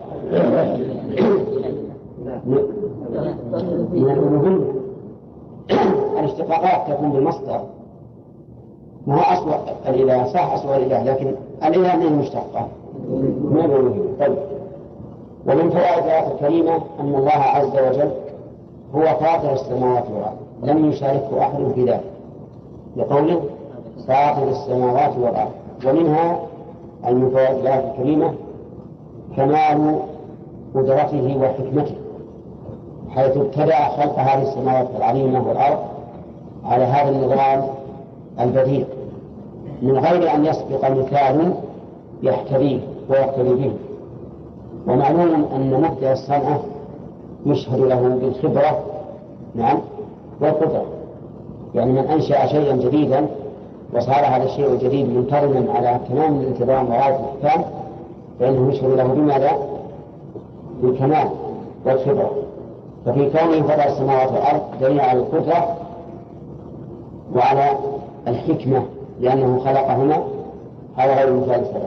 من الألوهية. الاشتقاقات تكون بالمصدر، ما هو أصل الإله، صح أصل الإله، لكن الإله من المشتقة من الألوهية. طيب ومن فوائد الآية الكريمة أن الله عز وجل هو فاطر السماوات والأرض لم يشاركه أحد في ذلك، لقوله فاطر السماوات والأرض. ومنها من فوائد الآية الكريمة كمال قدرته وحكمته، حيث ابتدأ خلق هذه السماوات العظيمة والأرض على هذا النظام البديع من غير أن يسبق مثال يحتويه ويقتدي به. ومعلوم أن مبدأ الصنعة يشهد له بالخبرة نعم والقدرة، يعني من أنشأ شيئا جديدا وصار هذا الشيء الجديد منتظما على تمام الانتظام وغاية الإحكام فإنه يشهر له بماذا؟ بالكمال والخبرة. ففي كونه فضل السماوات والأرض دليل على القدرة وعلى الحكمة لأنه خلقهما على غير مثال سبق.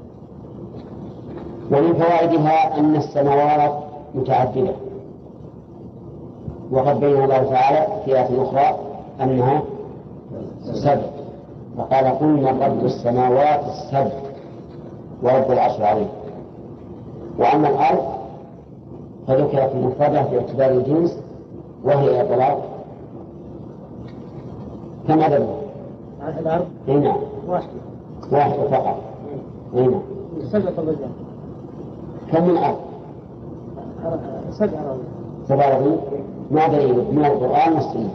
ومن فوائدها أن السماوات متعددة، وقد بين الله تعالى في آيات أخرى أنها سبع، فقال قل من رب السماوات السبع ورب العرش العظيم. وأما الأرض فذكرت المفردة باعتبار الجنس وهي إطلاق كم عددها؟ الأرض نعم واحد واحد فقط. نعم سبعة أرضين. كم من أرض؟ سبع أراضين. سبع أراضين. ما دليل من القرآن والسنة؟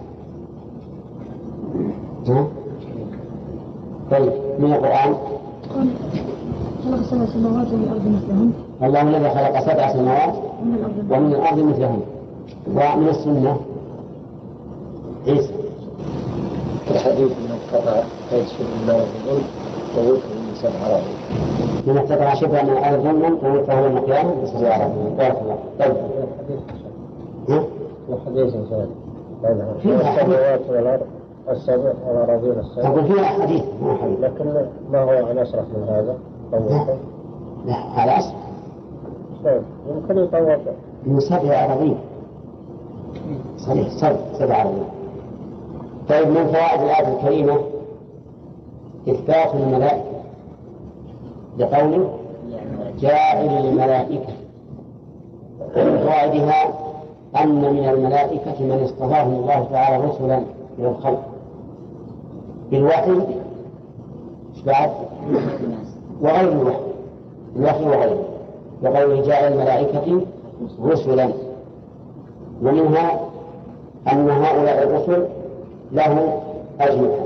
ها؟ طيب من القرآن خلق سبع سماوات ومن الأرض مثلهن. الله الذي خلق سبع سماوات ومن الأرض مثلهن. ومن السنة عيسى الحديث من القطع فيشهد الله بالظلم ووفق من سبع أراضين. من اتبع شبه من الأرض ظلما فهو المقيام بسبع أراضين. بارك الله. طيب ها؟ وحديث ثاني فيها السماوات والأرض السبع والأراضين السبع. أقول فيها حديث ما حديث. لكن ما هو عن أشرف من هذا؟ طوّل. لا على أصل يمكن يطوّل من سبع أراضين. صحيح سبع سبع أراضين. طيب من فوائد الآية الكريمة إثبات الملائكة لقوله جاعل الملائكة. من فوائدها أن من الملائكة من اصطفاهم الله تعالى رسلا من الخلق بالوحي بعد وغير الوحي الوحي وغيره لقوله جاعل الملائكة رسلا. ومنها أن هؤلاء الرسل له أجنحة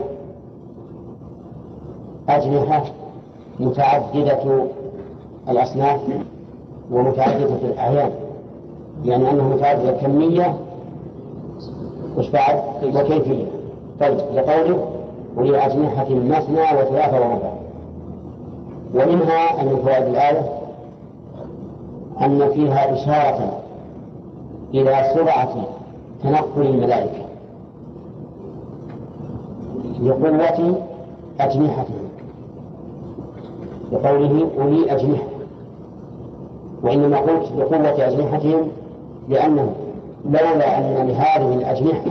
أجنحة متعددة الأصناف ومتعددة الأعيان، يعني أنه متعدد كمية وش بعد وكيفية. طيب لقوله ولي أجنحة مثنى وثلاثة وربع. ومنها أن من فوائد الآية أن فيها إشارة إلى سرعة تنقل الملائكة لقوة أجنحتهم لقوله أولي أجنحة، وإنما قلت لقوة أجنحتهم لأنه لولا أن لهذه الأجنحة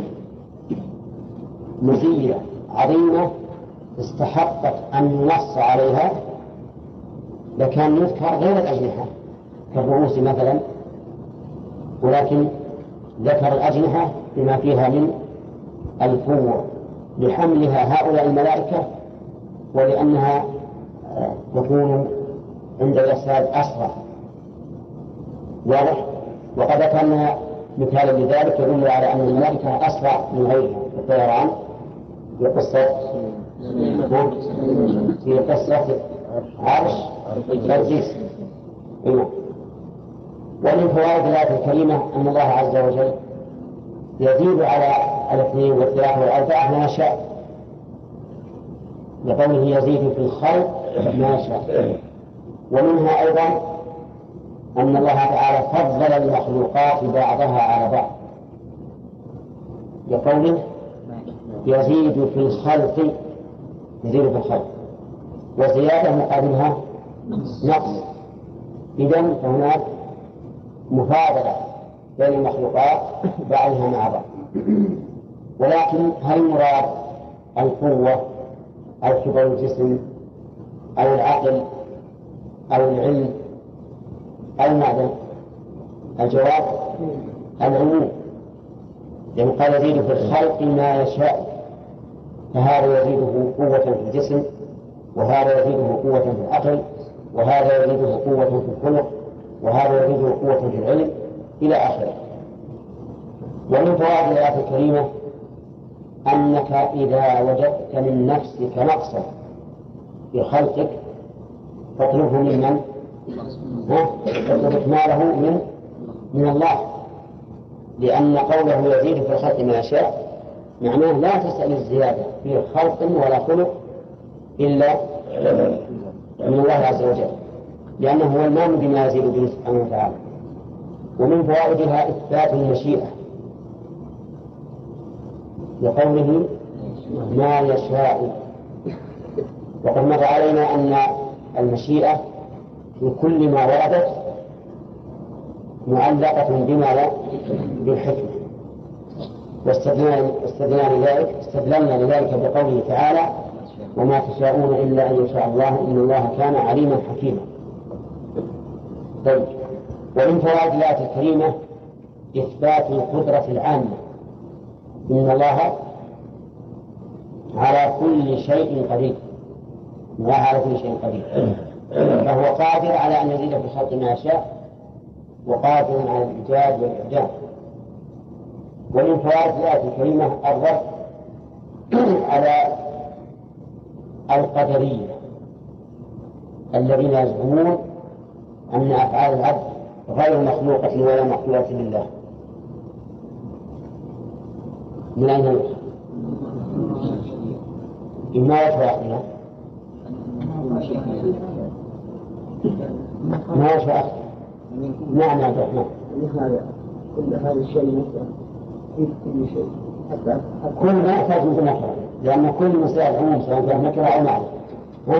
مزية عظيمة استحقت أن ينص عليها لكان يذكر غير الأجنحة كالرؤوس مثلا، ولكن ذكر الأجنحة بما فيها من القوة لحملها هؤلاء الملائكة ولأنها تكون عند الإرسال أسرع. واضح؟ وقد ذكرنا مثالا لذلك يدل على أن الملائكة أسرع من غيرها في الطيران في قصة في قصة عرش بلقيس. ومن فوائد الآية الكريمة أن الله عز وجل يزيد على الاثنين والثلاثة والأربعة ما شاء لقوله يزيد في الخلق ما شاء. ومنها أيضا أن الله تعالى فضل المخلوقات بعضها على بعض لقوله يزيد في الخلق يزيد في الخلق وزيادة مقابلها نقص. إذن فهناك مفاضلة بين المخلوقات بعضها مع بعض. ولكن هل مراد القوة أو كبر الجسم أو العقل أو العلم أو ماذا؟ الجواب العموم، لأن قال يزيد في الخلق ما يشاء، فهذا يزيده قوة في الجسم وهذا يزيده قوة في العقل وهذا يزيده قوة في الخلق وهذا يزيده قوة في العلم إلى آخره. ومن فوائد الآية الكريمة أنك إذا وجدت من نفسك نقصا في خلقك فاطلبه ممن؟ فاطلب إكماله من من الله، لأن قوله يزيد في الخلق ما يشاء معناه لا تسأل الزيادة في خلق ولا خلق إلا من الله عز وجل، لأنه هو المام بما يزيد به سبحانه وتعالى. ومن فوائدها إثبات المشيئة لقوله ما يشاء. وقد مر علينا أن المشيئة في كل ما وردت معلقة بما لا بالحكمة، واستدلنا لذلك استدللنا لذلك بقوله تعالى وما تشاءون إلا أن يشاء الله إن الله كان عليما حكيما. طيب، ومن فوائد الآية الكريمة إثبات القدرة العامة، إن الله على كل شيء قدير، لا على كل شيء قدير، فهو قادر على أن يزيد في الخلق ما يشاء، وقادر على الإيجاد والإعجاب. ومن فوائد الآية الكريمة الرد على القدرية الذين يزعمون أن أفعال العبد غير مخلوقة ولا مخلوقة لله. من أين يؤخذ؟ إما يتواخذنا ما يشاء. نعم يا عبد الرحمن. كل هذا الشيء مثلا في كل شيء حتى كل ما يحتاج من نكرة، لأن كل مسائل عموم سواء كان نكرة أو معرفة. ها؟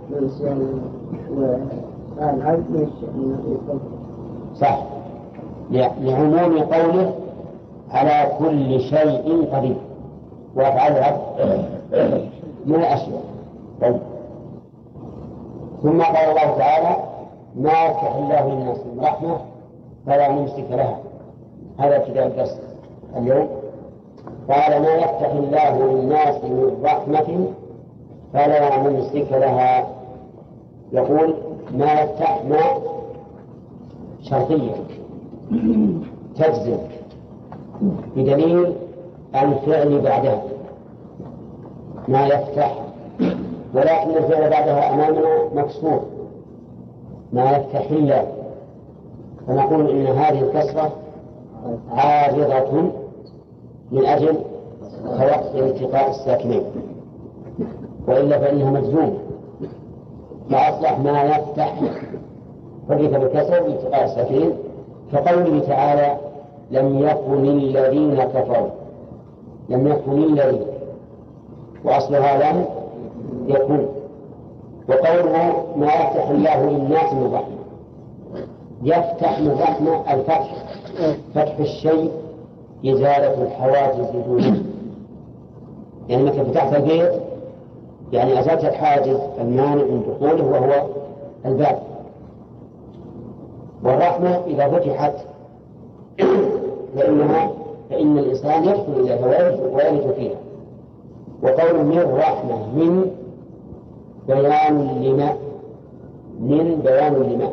العبد من الشيء صح، لعموم قوله على كل شيء قدير، وأفعال العبد من الأشياء. طيب، ثم قال الله تعالى ما يفتح الله للناس من رحمة فلا ممسك لها. هذا ابتداء الدرس اليوم. قال ما يفتح الله للناس من رحمة فلا ممسك لها. يقول ما يفتح ما شرطية تجزم بدليل الفعل بعدها ما يفتح، ولكن الفعل بعدها أمامنا مكسور ما يفتح الله، فنقول إن هذه الكسرة عارضة من أجل توقف التقاء الساكنين، وإلا فإنها مجزومة، فأصبح ما يفتح حرك بالكسر لالتقاء الساكنين، كقوله تعالى لم يكن الذين كفروا. لم يكن الذين، وأصلها لم يكن. وقوله ما يفتح الله للناس من رحمة، يفتح من رحمة الفتح، فتح الشيء إزالة الحواجز دونه. يعني مثل فتحت البيت يعني أزالت الحاجز المانع من دخوله وهو الباب. والرحمة إذا فتحت فإنها فإن الإنسان يدخل إليها ويلج فيها. وقول من رحمة من بيان لما من بيان لما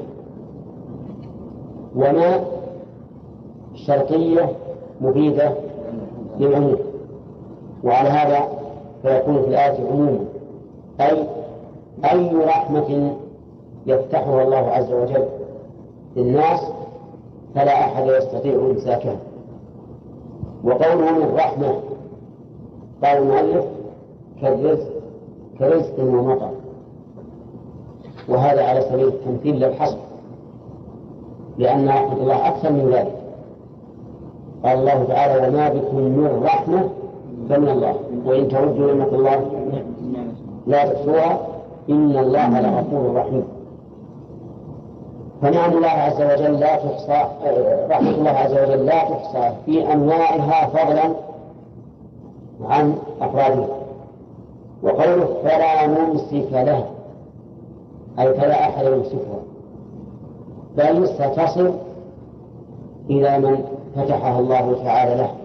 وما شرطية مفيدة للعموم، وعلى هذا فيكون في الآية عموما، أي أي رحمة يفتحها الله عز وجل للناس فلا أحد يستطيع إمساكها. وقوله من رحمة قال المؤلف كالرزق كرزق ومطر، وهذا على سبيل التمثيل للحصر، لأن رحمة الله أكثر من ذلك. قال الله تعالى وما بكم من رحمة فمن الله وإن تعدوا نعمة الله لا تحصوها إن الله لغفور رحيم. فنعم الله عز وجل لا تحصى، رحمة الله عز وجل لا تحصى في أنواعها فضلا عن أفرادها. وقوله فلا ممسك له أي فلا أحد يمسكها، بل ستصل إلى من فتحها الله تعالى له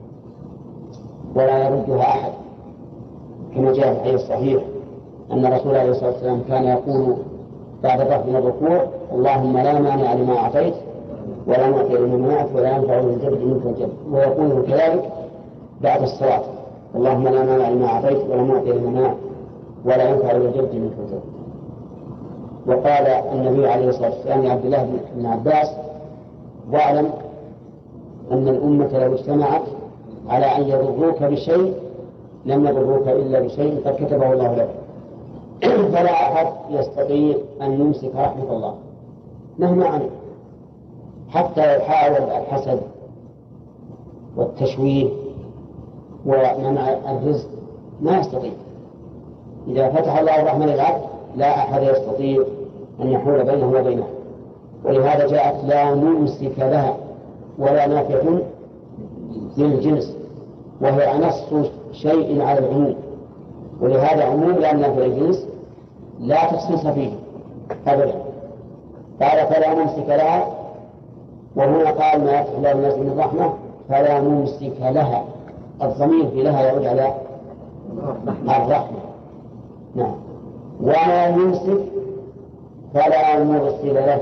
ولا يردها أحد، كما جاء في الحديث الصحيح أن رسول الله صلى الله عليه وسلم كان يقول بعد الرفع من الركوع اللهم لا مانع لما أعطيت ولا معطي لما منعت ولا ينفع ذا الجد منك الجد، ويقول كذلك بعد الصلاة اللهم لا مانع لما أعطيت ولا معطي لما منعت ولا ينفع ذا الجد منك الجد. وقال النبي عليه الصلاة والسلام لعبد الله بن عباس واعلم أن الأمة لو اجتمعت على أن يضروك بشيء لم يضروك إلا بشيء قد كتبه الله لك. فلا أحد يستطيع أن يمسك رحمة الله مهما عنه، حتى يحاول الحسد والتشويه ومنع الرزق ما يستطيع. إذا فتح الله الرحمة للعبد لا أحد يستطيع أن يحول بينه وبينه. ولهذا جاءت لا ممسك لها ولا نافع للجنس، وهي أنص شيء على العموم، ولهذا عموم لأن نافع الجنس لا تخصيص فيه أبدا. قال فلا ممسك لها، وهنا قال ما يفتح الله الناس من الرحمة فلا ممسك لها، الضمير في لها يعود على الرحمة. نعم. وما يمسك فلا مرسل له،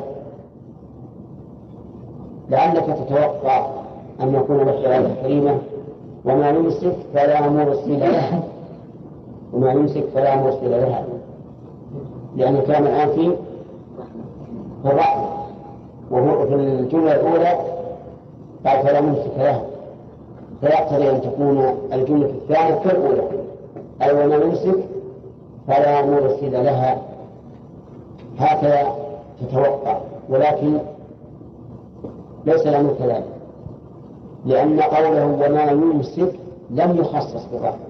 لأنك تتوقع أن يكون لك آية كريمة وما يمسك فلا مرسل له، وما يمسك فلا مرسل لها، لأن كان الآن في الرحمة، وهو في الجملة الأولى قال فلا ممسك لها، فيقتضي أن تكون الجملة الثانية كالأولى، أي وما يمسك فلا مرسل لها، هكذا تتوقع. ولكن ليس له كذلك، لأن قوله وما يمسك لم يخصص بالرحمة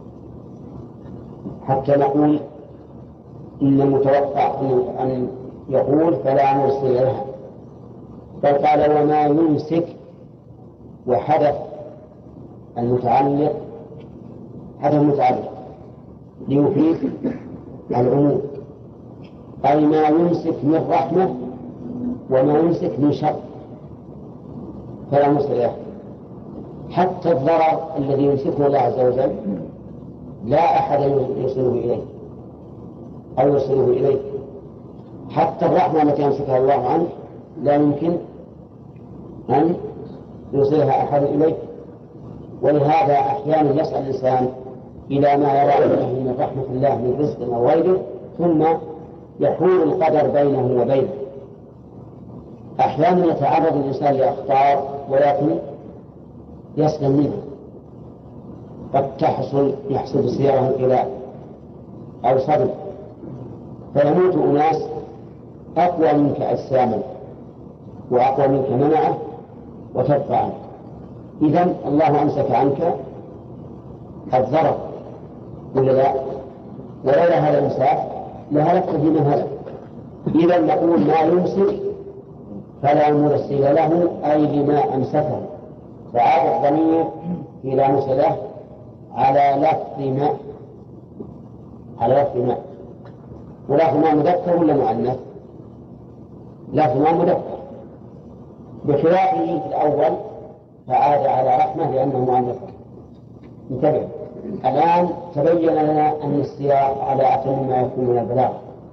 حتى نقول إن المتوقع أن يقول فلا مرسل لها، بل قال وما يمسك وحدث المتعلق حدث المتعلق ليفيد العموم، أي ما يمسك من رحمة وما يمسك من شر فلا مرسل له. حتى الضرر الذي يمسكه الله عز وجل لا أحد يوصله إليه أو يوصله إليه، حتى الرحمة التي يمسكها الله عنه لا يمكن أن يوصلها أحد إليه. ولهذا أحيانا يسأل الإنسان إلى ما يرى أنه من رحمة الله من رزق أو غيره، ثم يحول القدر بينه وبينه. أحيانا يتعرض الإنسان لأخطار ولكن يسلم منها، قد تحصل يحصل سيره إلى أو صدم، فيموت أناس أقوى منك أجساما وأقوى منك منعه وتبقى عنك. إذن الله أمسك عنك الضرر ولا لا؟ ولولا هذا الإمساك لهلكت بمن هلك. إذن نقول ما يمسك فلا مرسل له، أي لما أمسكه، فعاد الضمير إلى مسألة على لفظ ما، على لفظ ما، ولفظ ما مذكر ولا مؤنث؟ لفظ ما مذكر، بخلافه في الأول فعاد على رحمة لأنه مؤنث. انتبه، الآن تبين لنا أن السياق على أتم ما يكون من البلاغ،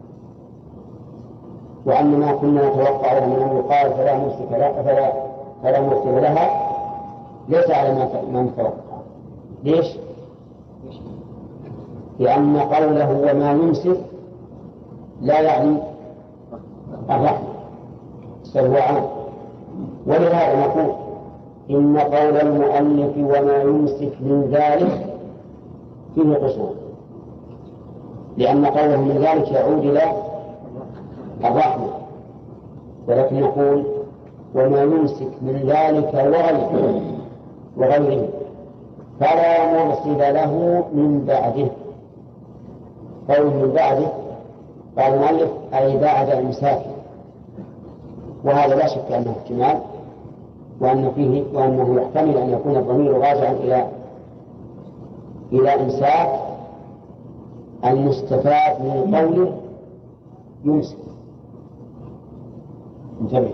وأن ما كنا نتوقع من أن يقال فلا مرسل لها فلا فلا مرسل لها ليس على ما نتوقع. ليش؟ لأن قوله وما يمسك لا يعني الرحمة بل هو عام. ولهذا نقول إن قول المؤلف وما يمسك من ذلك فيه قصور، لأن قوله من ذلك يعود إلى الرحمة، ولكن نقول وما يمسك من ذلك وغيره وغيره فلا مرسل له من بعده. قول من بعده قال المؤلف أي بعد إمساكه، وهذا لا شك أنه احتمال، وأن فيه وأنه يحتمل أن يكون الضمير راجعا إلى إلى إمساك المستفاد من قوله يمسك. انتبه.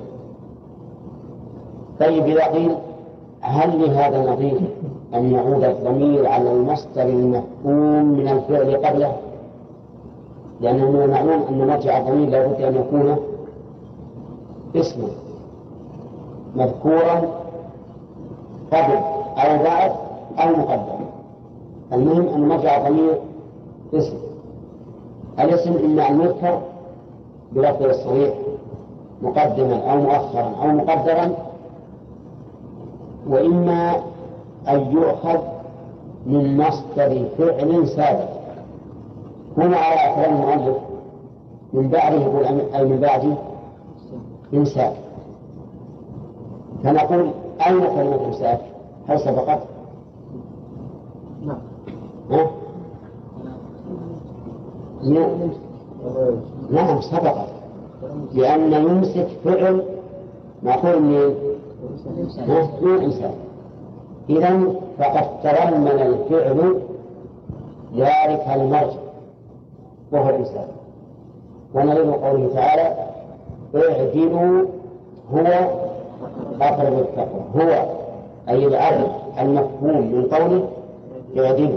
طيب إذا قيل هل لهذا نظير أن يعود الضمير على المصدر المفهوم من الفعل قبله؟ لأنه من المعلوم أن مرجع الضمير لا بد أن يكون اسما مذكورا قبل أو بعد أو مقدم. المهم أن مرجع الضمير اسم. الاسم إما أن يذكر بلفظ الصريح مقدما أو مؤخرا أو مقدرا، وإما أن يؤخذ من مصدر فعل سابق. هنا على كلام المؤلف من بعده يقول أي من بعده إمساك، فنقول أين كلمة إمساك؟ هل سبقت؟ نعم. نعم سبقت، لأن يمسك فعل معقول من من إمساك. إذن فقد تضمن الفعل ذلك المرجع وهو الإمساك. ونريد قوله تعالى اعدلوا هو أقرب التقوى، هو أي العدل المفهوم من قوله اعدلوا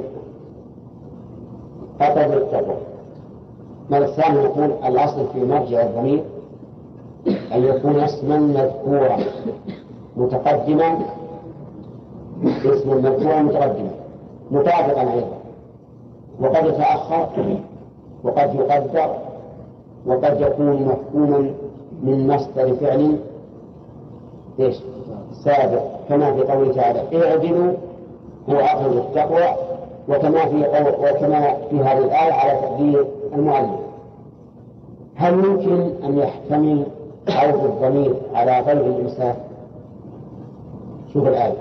أقرب التقوى. والثاني يقول الأصل في مرجع الضمير أن يكون اسما مذكورا متقدما، اسما مذكورا متقدما مطابقا أيضا، وقد يتأخر وقد يقدر وقد يكون مفهوما من مصدر فعل ايش؟ سابق، كما في قوله تعالى اعدلوا هو أقرب التقوى، وكما في قول وكما في هذه الآية على تقدير المؤلف. هل يمكن أن يحتمل عود الضمير على غير الإمساك؟ شوف الآية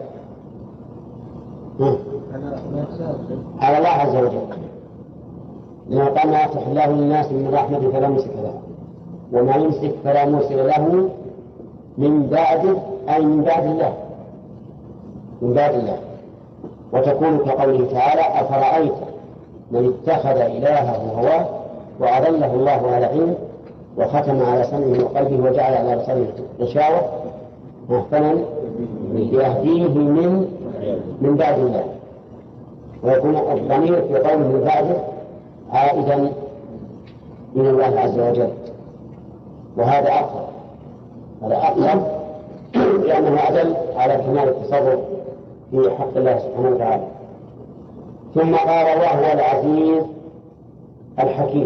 على الله عز وجل ما قال ما يفتح الله للناس من رحمة فلا ممسك له وما يمسك فلا مرسل له من بعده، أي من بعد الله، من بعد الله. وتكون كقوله تعالى أفرأيت من اتخذ إلهه هواه وأضله الله على علم وختم على سمعه وقلبه وجعل على بصره غشاوة فمن يهديه من من بعد الله. ويكون الضمير في قوله من بعده عائدا من الله عز وجل، وهذا أقرب، هذا أقرب لأنه أدل على كمال التصرف في حق الله سبحانه وتعالى. ثم قال وهو العزيز الحكيم،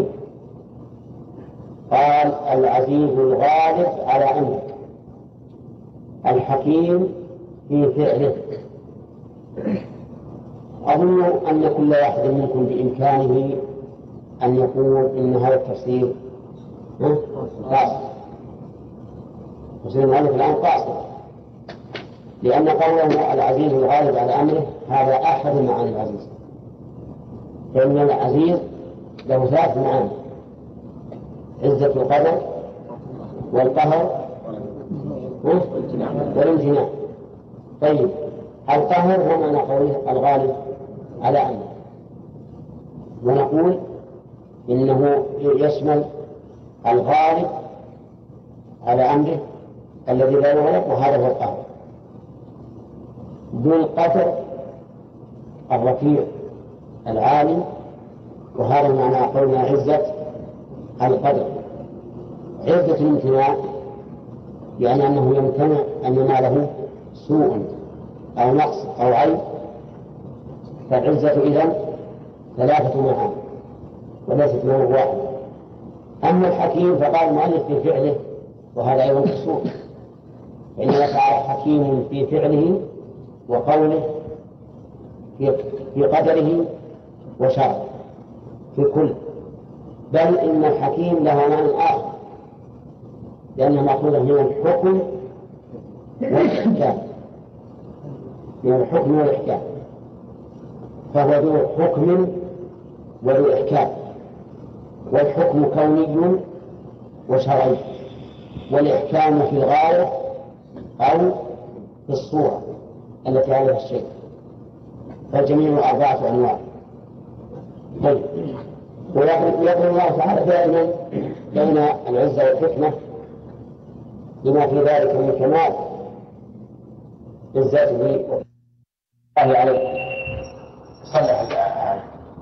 قال العزيز الغالب على أمره، الحكيم في فعله. أظن أن كل واحد منكم بإمكانه أن يقول إن هذا التفسير قاصر، تفسير المؤلف الآن قاصر، لأن قوله العزيز الغالب على أمره هذا أحد معاني العزيز، فإن العزيز له ثلاث معاني: عزة القدر والقهر والامتناع. طيب القهر هو معنى قوله الغالب على أمره، ونقول إنه يشمل الغالب على أمره الذي لا يغلب، وهذا هو القهر. ذو القدر الرفيع العالي، وهذا معنى قولنا عزة القدر. عزة الامتناع يعني أنه يمتنع أن يناله سوء أو نقص أو عيب، فالعزة إذن ثلاثة معاني وليست معاني واحدة. أما الحكيم فقال المؤلف في فعله، وهذا أيضا السوء، فإن الله تعالى حكيم في فعله وقوله في قدره وشرعه في كل، بل إن الحكيم له معنى آخر لأنه مأخوذ من الحكم والإحكام، من الحكم والإحكام، فهو ذو حكم وذو إحكام. والحكم كوني وشرعي، والإحكام في الغاية أو في الصورة التي عليها الشيء، فالجميع أربعة أنواع. طيب ويقول الله تعالى دائما بين العزة والحكمة لما في ذلك من كمال عزته الله عليه. صلى عليه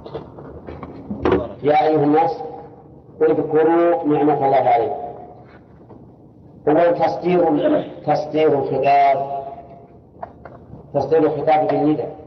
يا أيها الناس اذكروا نعمة الله عليكم. هو تصدير تصدير الخطاب، تصدير الخطاب بالنداء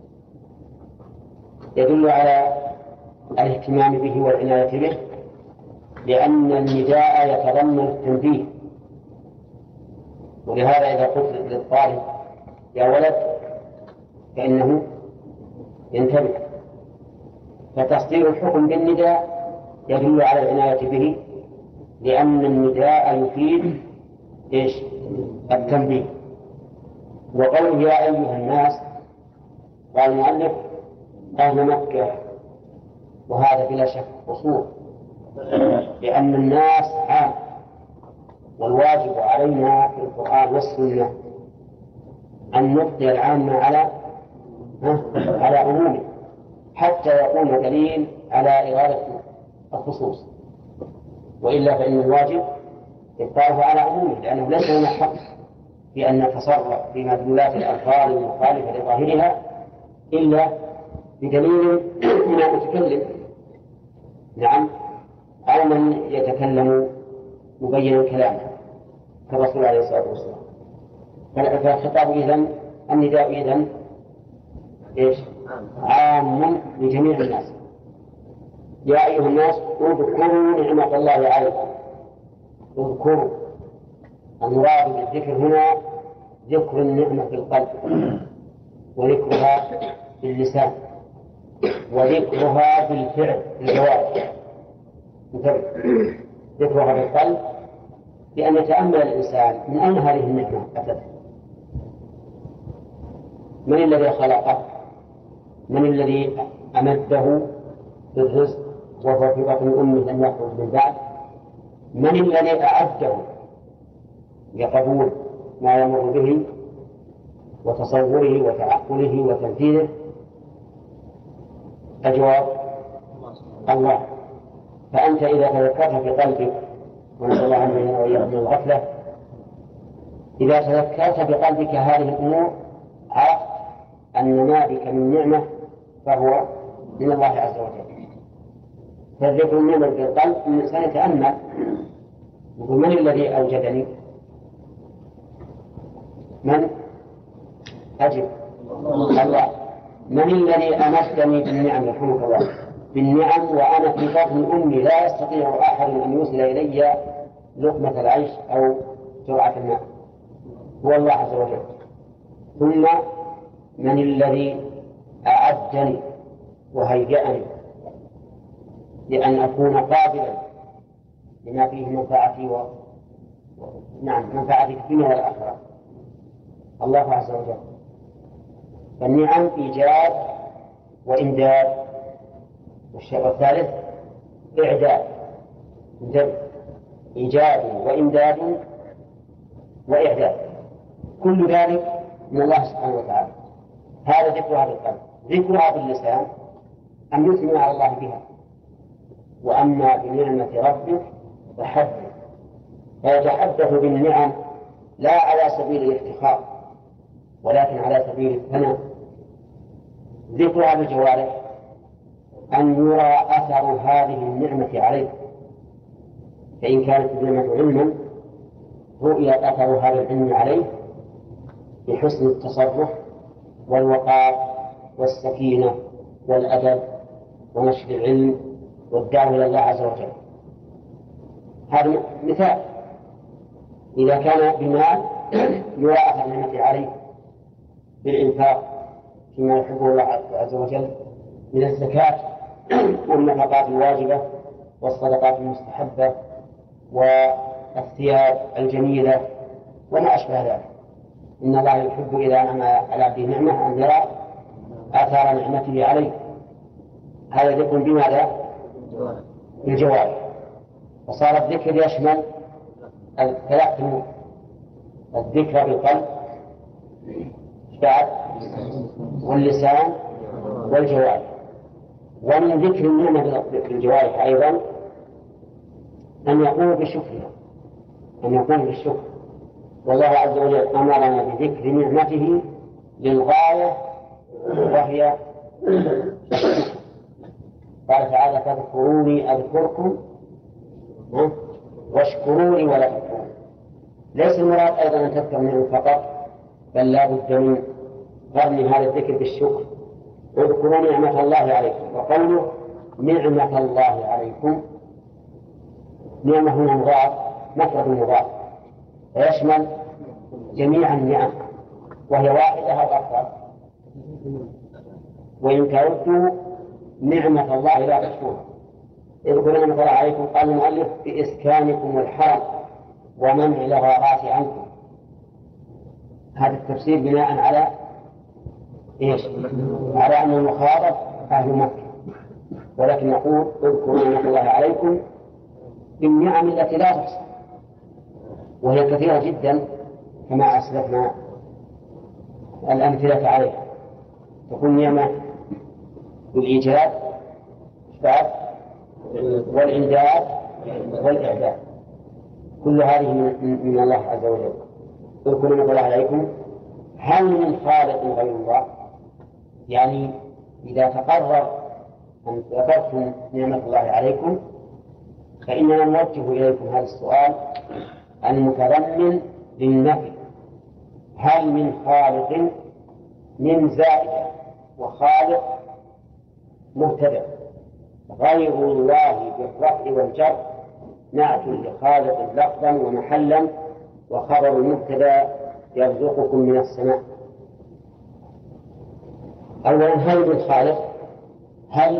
يدل على الاهتمام به والعناية به، لأن النداء يتضمن التنبيه. ولهذا إذا قلت للطالب يا ولد فإنه ينتبه. فتصدير الحكم بالنداء يدل على العناية به، لأن النداء يفيد إيش؟ التنبيه. وقوله يا أيها الناس، قال المؤلف أهل مكة، وهذا بلا شك قصور، لأن الناس عام، والواجب علينا في القرآن والسنة أن نبقي العام على على عمومه حتى يكون دليل على إرادة الخصوص، وإلا فإن الواجب إبقاؤه على عمومه، لأنه ليس لنا حق في أن نتصرف في مدلولات الألفاظ المخالفة لظاهرها إلا بدليل من المتكلم، نعم، أو من يتكلم مبينا كلامه كالرسول عليه الصلاة والسلام. فالخطاب إذن، النداء إذن إيش؟ عام لجميع الناس. يا أيها الناس اذكروا نعمة الله عليكم. اذكروا، المراد بالذكر هنا ذكر النعمة في القلب، وذكرها باللسان، وذكرها بالفعل بالجوارح. ذكرها بالقلب بأن يتأمل الإنسان من أين هذه النعمة أتت، من الذي خلقه، من الذي أمده بالرزق وهو في بطن أمه لم يخرج من بعد، من الذي أعده لقبول ما يمر به وتصوره وتعقله وتنفيذه. الجواب الله. فأنت إذا تذكرت في قلبك، ونسأل الله أن وإياكم من الغفلة، إذا تذكرت بقلبك هذه الأمور عرفت أن ما بك من نعمة فهو من الله عز وجل. فالذكر النعمة في القلب من الإنسان يتأمل يقول من الذي أوجدني؟ من؟ أجب الله. من الذي أمدني بالنعم؟ يرحمك الله، بالنعم وأنا في بطن أمي لا يستطيع أحد أن يوصل إلي لقمة العيش أو جرعة الماء، هو الله عز وجل. ثم من الذي أعدني وهيئني لأن أكون قابلا لما فيه منفعتي و... نعم منفعتي في الدنيا والآخرة، الله عز وجل. فالنعم إيجاد وإمداد، والشيء الثالث إعداد، إيجاد وإمداد وإعداد، كل ذلك من الله سبحانه وتعالى. هذا ذكرها بالقلب. ذكرها باللسان أن يثني على الله بها. وأما بنعمة ربك فحدث، فيتحدث بالنعم لا على سبيل الافتخار ولكن على سبيل الثناء. ذكرها بالجوارح أن يرى أثر هذه النعمة عليه، فإن كانت النعمة علما رؤية أثر هذا العلم عليه بحسن التصرف والوقار والسكينة والأدب ونشر العلم والدعوة إلى الله عز وجل. هذا مثال. إذا كان بمال يرى أثر النعمة عليه بالإنفاق فيما يحبه الله عز وجل من الزكاة والنفقات الواجبة والصدقات المستحبة والثياب الجميلة وما أشبه ذلك. إن الله يحب إذا أنعم على عبده نعمة أن يرى آثار نعمته عليه. هذا ذكر بماذا؟ بالجوارح. وصار الذكر يشمل ثلاث أمور: الذكر بالقلب بعد واللسان والجوارح. ومن ذكر النعمة بالجوارح أيضا أن يقوم بشكرها، أن يقوم بالشكر. والله عز وجل أمرنا بذكر نعمته للغاية وهي الشكر. قال تعالى: فاذكروني أذكركم واشكروا لي ولا تكفرون. ليس المراد أيضا أن تذكر نعمة فقط، بل لا بد من قرن هذا الذكر بالشكر. اذكروا نعمة الله عليكم. وقوله نعمة الله عليكم، نعمة هنا مضاف، مفرد مضاف، ويشمل جميع النعم، وهي واحدة أو أكثر. وإن تعدوا نعمة الله لا تحصوها. اذكروا نعمة الله عليكم، قال المؤلف بإسكانكم والحرم ومنع الغارات عنكم. هذا التفسير بناء على إيش؟ على أن المخاطب أهل مكة، ولكن نقول اذكروا نعمة الله عليكم بالنعم التي لا تحصى، وهي كثيرة جدا كما أسلفنا الأمثلة عليها. تكون نعمة بالإيجاد والإنجاز والإعداد، كل هذه من الله عز وجل. اذكروا نعمة الله عليكم. هل من خالق غير الله؟ يعني إذا تقرر أن ذكرتم نعمة الله عليكم فإننا نوجه إليكم هذا السؤال المتضمن للنفي: هل من خالق؟ من زائدة، وخالق مبتدأ، غير الله بالرفع والجر نعت لخالق لفظا ومحلا، وخبر المبتدأ يرزقكم من السماء. أولا هل من خالق؟ هل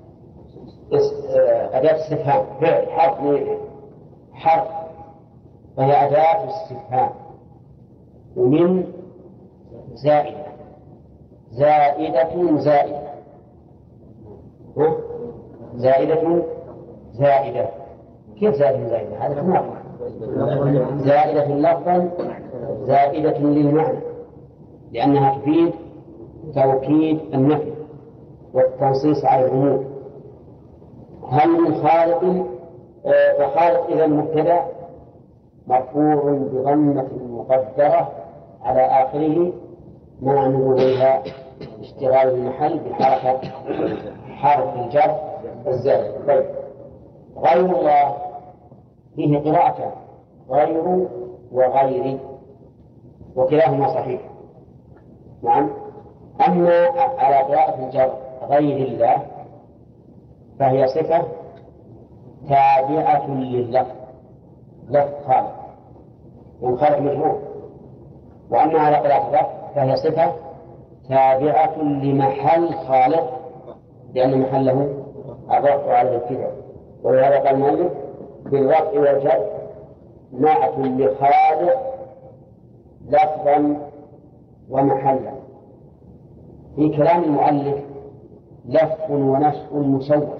أداة استفهام، فعل حرف حرف وهي أداة استفهام، ومن زائدة زائدة زائدة ها؟ زائدة زائدة كيف زائدة زائدة؟ هذا تناقض. زائدة لفظا زائدة للمعنى، لأنها تفيد توكيد النفي والتنصيص على العموم. هل من خالق؟ فخالق إذا مبتدأ مرفوع بضمة مقدرة على آخره مع نزولها اشتغال المحل بحركة حرف الجر الزائد. طيب، غير الله فيه قراءة غير وغير، وكلاهما صحيح. نعم. أما على قراءة الجر غير الله فهي صفة تابعة لللفظ، لفظ خالق، والخالق مجرور. وأما على قراءة الرفع فهي صفة تابعة لمحل خالق، لأن محله الرفع على الابتداء. ولهذا قال المؤلف بالرفع والجر نعت لخالق لفظا ومحلا. في كلام المؤلف لف ونشء مشوش.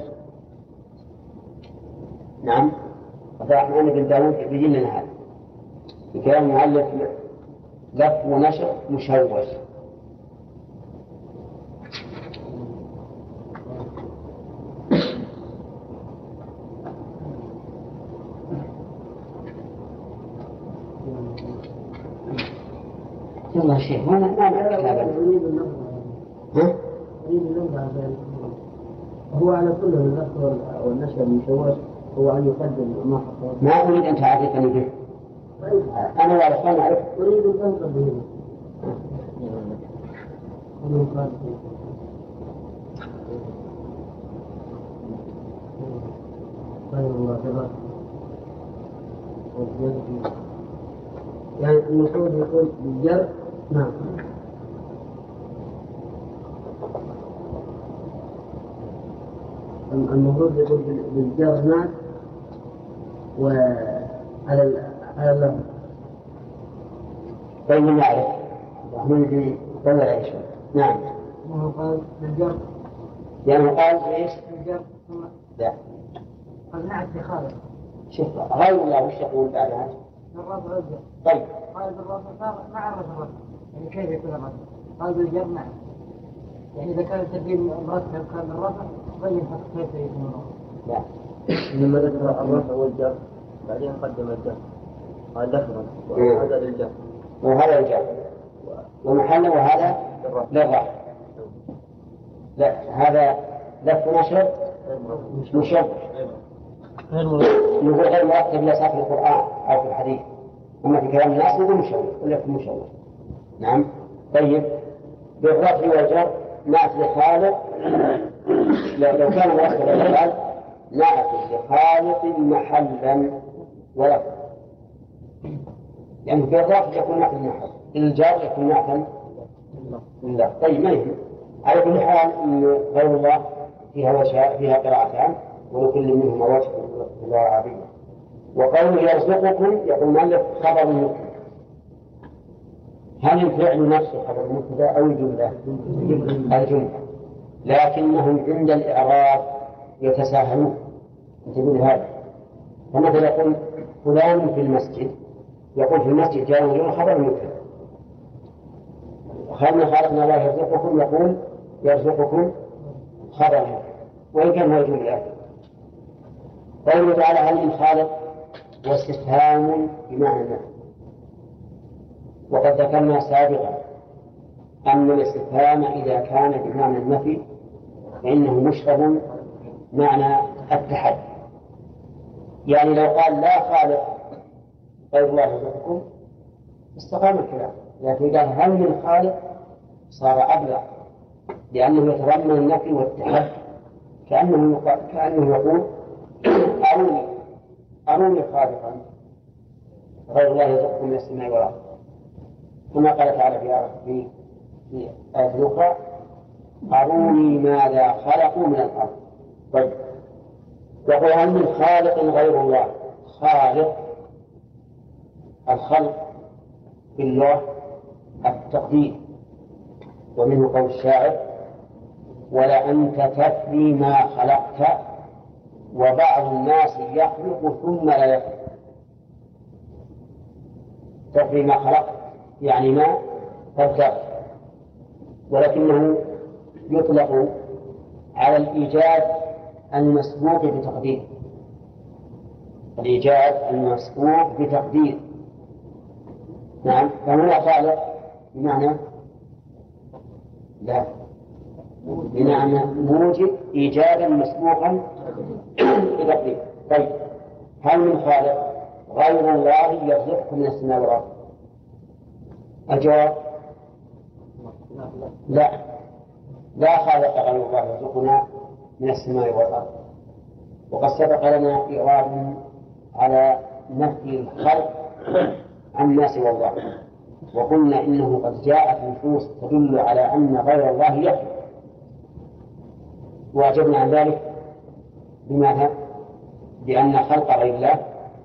نعم، عبد الرحمن بن داود يبين لنا هذا. في كلام المؤلف لف ونشء مشوش. والله شيء ما ما ها؟ هو على كل اللفظ والنشر المشوش هو أن يقدم ما حصل. ما أريد أن تعرفني به. أنا والأخوان أعرف. أريد أن تنظر به. يعني المفروض يقول بالجر. نعم. المفروض يقول بالجر نعم، وعلى على اللفظ. طيب نعرف من ولا ايش؟ نعم. ما قال بالجر. يعني قال ايش؟ بالجر ثم لا. قد نعت بخالق. شوف غير الله وش يقول بعد هذا؟ بالرفع والجر. طيب. قال بالرفع صار ما عرف الرفع. يعني كيف يكون الرفع؟ قال بالجر نعم. يعني إذا كان الترتيب مرتب كان بالرفع بين كيف يكون الرفع. لا. لما ذكر الرفع والجر بعدين قدم الجر قال لفظا وهذا للجر وهذا الجر ومحله وهذا للرفع. لا، هذا لف نشر مشوش. يقول غير مرتب لا في القرآن أو في الحديث. أما في كلام الناس يقول مشوش ولا يكون مشوش. نعم. طيب، بالرفع والجر نعت لخالق. لو كان مرتبا الحال نعت لخالق محلا ولفظا، يعني في الرفع يكون نعت المحل، الجر يكون نعتا لله. طيب، ما يهم. على كل حال أن قول الله فيها وشاء فيها قراءتان ولكل منهما وجه في اللغة العربية. وقوله يرزقكم يقول المؤلف خبر مبتدأ. هل الفعل نفسه خبر مبتدأ أو الجملة؟ الجملة، لكنهم عند الإعراب يتساهلون. انتبهوا لهذا. فمثلا يقول فلان في المسجد، يقول في المسجد جاء رجل خبر مبتدأ. خلنا خالقنا الله يرزقكم يقول يرزقكم خبر مبتدأ وإن كان هو جملة. قوله تعالى هل من خالق واستفهام بمعنى النفي. وقد ذكرنا سابقا أن الاستفهام إذا كان بمعنى النفي فإنه مشرب معنى التحدي. يعني لو قال لا خالق غير الله يرزقكم استقام الكلام، لكن قال هل من خالق صار أبلغ، لأنه يتضمن النفي والتحدي، كأنه كأنه يقول أروني أروني خالقا غير الله يرزقكم من السماء والأرض، كما قال تعالى في في آية أخرى أروني ماذا خلقوا من الأرض. طيب، يقول هل من خالق غير الله؟ خالق الخلق في اللغة التقدير، ومنه قول الشاعر ولا أنت تفني ما خلقت وبعض الناس يخلق ثم لا يخلق. تفني ما خلقت يعني ما تبتغ، ولكنه يطلق على الإيجاد المسبوق بتقدير، الإيجاد المسبوق بتقدير. نعم، فهو خالق بمعنى لا بمعنى موجب إيجادا مسبوقا بتقدير. طيب، هل من خالق غير الله يرزقكم من السماء والأرض؟ الجواب لا، لا خالق غير الله يرزقنا من السماء والأرض. وقد سبق لنا إعراب على نفي الخلق عن ما سوى الله، وقلنا إنه قد جاءت نصوص تدل على أن غير الله يخلق، وأجبنا عن ذلك بماذا؟ بأن خلق غير الله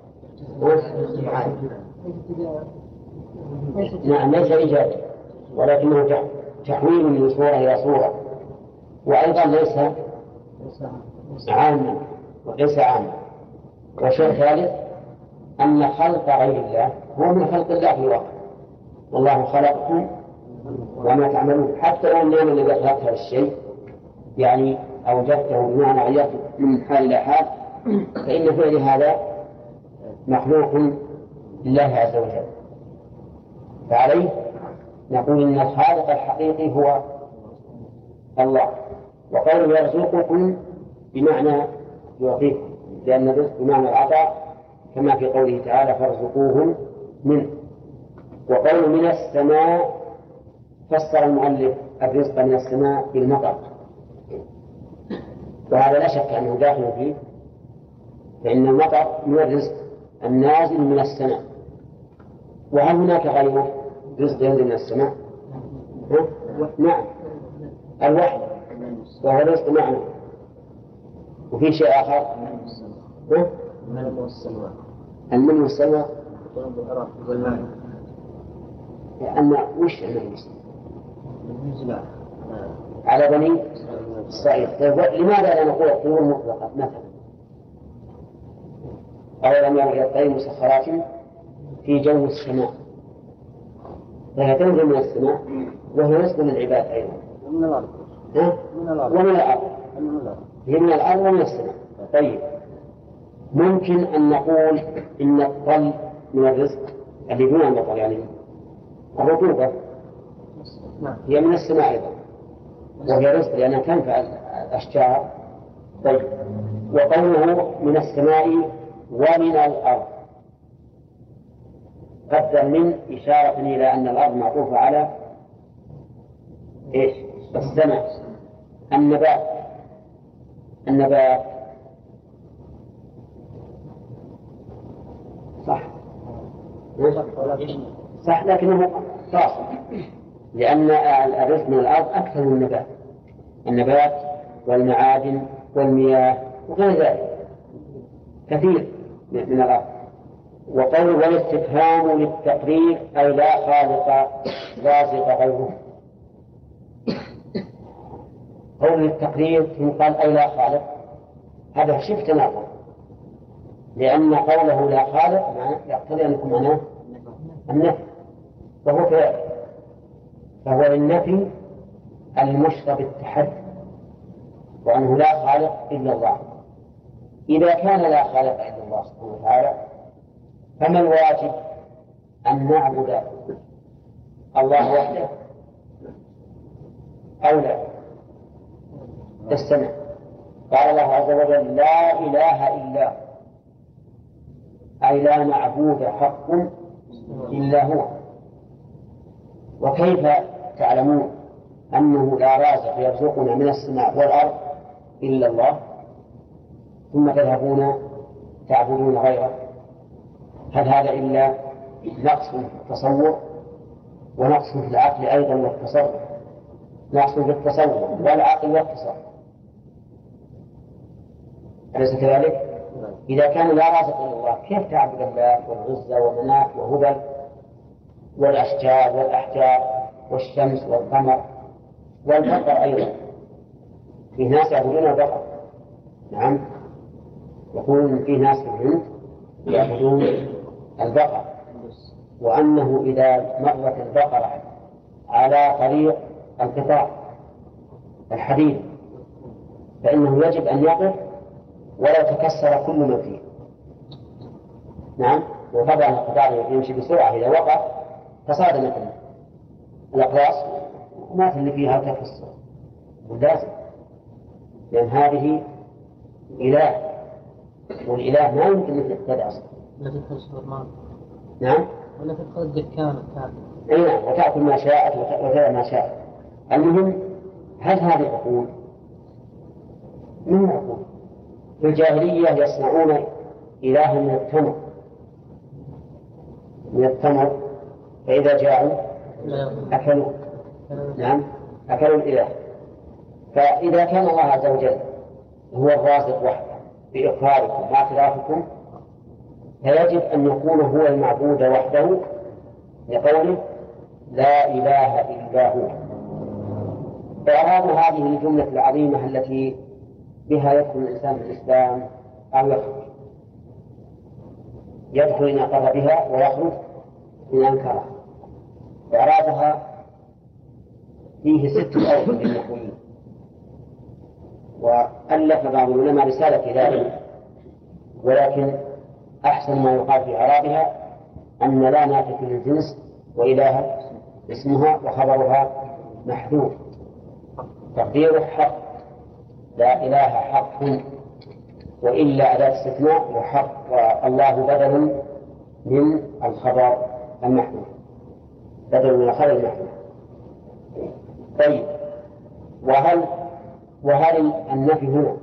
نعم ليس إيجاد، ولكنه تحويل من صورة إلى صورة، وأيضا ليس عاما وليس عاما. والشيء الثالث أن خلق غير الله هو من خلق الله في الواقع، والله خلقكم وما تعملون. حتى لو النعمة الذي خلقت هذا الشيء يعني أوجدته بمعنى غيرته من حال إلى حال، فإن فعل هذا مخلوق لله عز وجل. فعليه نقول إن الخالق الحقيقي هو الله. وقوله يرزقكم بمعنى يعطيكم، لأن الرزق بمعنى العطاء كما في قوله تعالى فارزقوهم منه. وقوله من السماء فسر المؤلف الرزق من السماء بالمطر، وهذا لا شك أنه داخل فيه، فإن المطر من الرزق النازل من السماء. وهل هناك غيره رزق ينزل من السماء؟ نعم، الوحي وهو رزق معنى. وفي شيء آخر المن والسلوى. المن والسلوى لأن وش المن على بني إسرائيل. لماذا لا نقول الطيور مطلقة مثلا؟ أولم يروا إلى الطير مسخرات في جو السماء، فهي تنزل من السماء وهي رزق للعباد أيضا ومن الأرض ومن الأرض هي من الأرض ومن السماء. طيب، ممكن أن نقول إن الطل من الرزق اللي دون المطر، يعني الرطوبة هي من السماء أيضا وهي رزق لأنها تنفع الأشجار. طيب، وقوله من السماء ومن الأرض قدر من إشارة إلى أن الأرض معطوفة على إيش؟ السماء. النبات النبات صح صح، لكنه فاصل، لأن الرزق من الأرض أكثر من النبات، النبات والمعادن والمياه وغير ذلك كثير من الأرض. وقول والاستفهام للتقرير أي لا خالق رازق غيره. قول التقرير قال أي لا خالق هذا شفت نظر، لأن قوله لا خالق يقتضي أن يكون معناه النفي، وهو كذلك، فهو للنفي المشرب بالتحدي وأنه لا خالق إلا الله. إذا كان لا خالق إلا الله سبحانه وتعالى فما الواجب؟ أن نعبد الله وحده أو لا؟ استمع، قال الله عز وجل لا إله إلا هو، أي لا معبود حق إلا هو. وكيف تعلمون أنه لا رازق يرزقنا من السماء والأرض إلا الله ثم تذهبون تعبدون غيره؟ هل هذا إلا نقص في التصور ونقص في العقل أيضا والتصرف؟ نقص في التصور والعقل والتصرف، أليس كذلك؟ إذا كان لا رازق إلا الله كيف تعبد الله والعزى ومناة وهبل والأشجار والأحجار والشمس والقمر والبقر أيضا؟ في ناس يعبدون البقر، نعم، يقولون في ناس في الهند يعبدون البقر، وأنه إذا مرت البقرة على طريق القطاع الحديد فإنه يجب أن يقف ولا تكسر كل ما فيه. نعم، وطبعا القطاع يمشي بسرعة، إذا وقف تصادمت الأقراص ما اللي فيها تكسر ولازم، لأن هذه إله، والإله ما يمكن أن يقتدى أصلا. لا تدخل السوبر ماركت. نعم. ولا تدخل الدكان تاكل. أي نعم، وتأكل ما شاءت وتدع ما شاءت. المهم، هل هذه عقول؟ من عقول؟ في الجاهلية يصنعون إلها من التمر من التمر فإذا جاءوا أكلوا. نعم، أكلوا الإله. فإذا كان الله عز وجل هو الرازق وحده بإقراركم واعترافكم فيجب أن يكون هو المعبود وحده لقوله لا إله إلا هو. إعراب هذه الجملة العظيمة التي بها يدخل الإنسان في الإسلام أو يخرج، يدخل إن أقر بها ويخرج إن أنكرها. إعرابها فيه ست أوجه للنحويين، وألف بعض العلماء رسالة في ذلك، ولكن أحسن ما يقال في إعرابها أن لا نافية للجنس وإله اسمها وخبرها محذوف، تقديره حق، لا إله حق، وإلا أداة استثناء وحق والله بدل من الخبر المحذوف، بدل من الخبر المحذوف. طيب، وهل وهل النفي هنا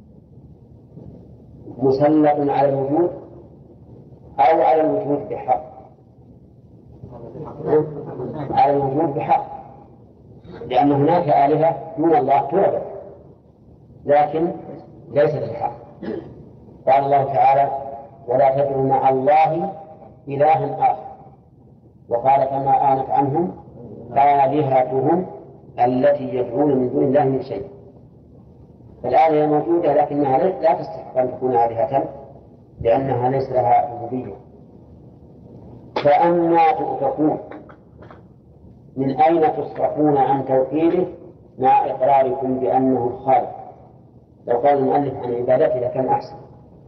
مسلط على الوجود أو على الوجود بحق؟ على الوجود بحق، لأن هناك آلهة دون الله تعبد لكن ليست الحق. قال الله تعالى ولا تدعوا مع الله إلها آخر، وقال فما آنت عنهم آلهتهم التي يدعون من دون الله من شيء. فالآلهة موجودة لكنها لا تستحق أن تكون آلهة لأنها ليس لها ربوبية. فأنى تؤفكون، من أين تصرفون عن توحيده مع إقراركم بأنه الخالق؟ لو قال المؤلف عن عبادته لكان أحسن،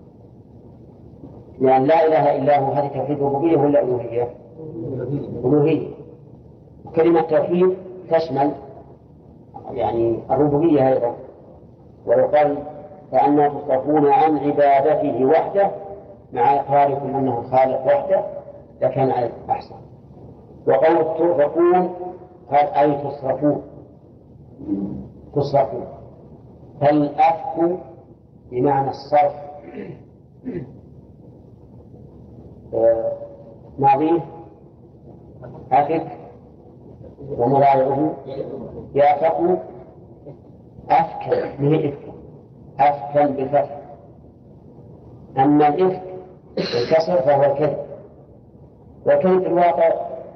لأن لا إله إلا هو هذه توحيد ربوبية ولا ألوهية؟ ألوهية. كلمة توحيد تشمل يعني الربوبية أيضا. ولو قال فأنى تصرفون عن عبادته وحده مع إقراركم أنه الخالق وحده لكان أحسن. وقول تؤفكون قال أي تصرفون تصرفون فالأفك بمعنى الصرف، ماضيه أفك ومضارعه يافق أفكا ما هي إفكا أفكا بالفتح. أما الإفك بالكسر فهو الكذب، والكذب في الواقع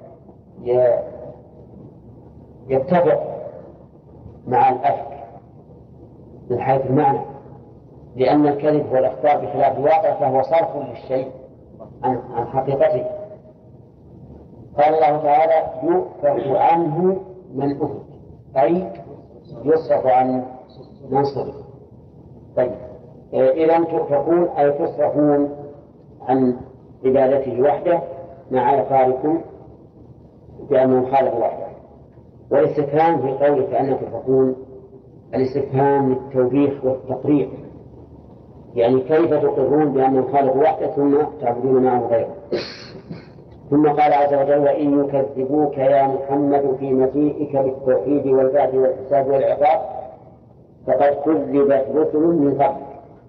يتفق مع الأفك من حيث المعنى، لأن الكذب هو الإخبار بخلاف الواقع، فهو صرف للشيء عن عن حقيقته. قال الله تعالى يؤفك عنه من أفك، أي يصرف عنه من صرف. طيب إذا تؤفكون أي تصرفون عن عبادته وحده مع إقراركم بأنه خالق وحده. والاستفهام في قوله فأنا تؤفكون الاستفهام للتوبيخ والتقريع، يعني كيف تقرون بأنه خالق وحده ثم تعبدون معه غيره. ثم قال عز وجل وإن يكذبوك يا محمد في مجيئك بالتوحيد والبعث والحساب والعقاب فقد كذبت رسل من قبلك.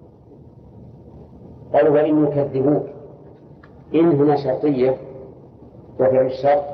قالوا وإن يكذبوك، إن هنا شرطية وفعل الشرط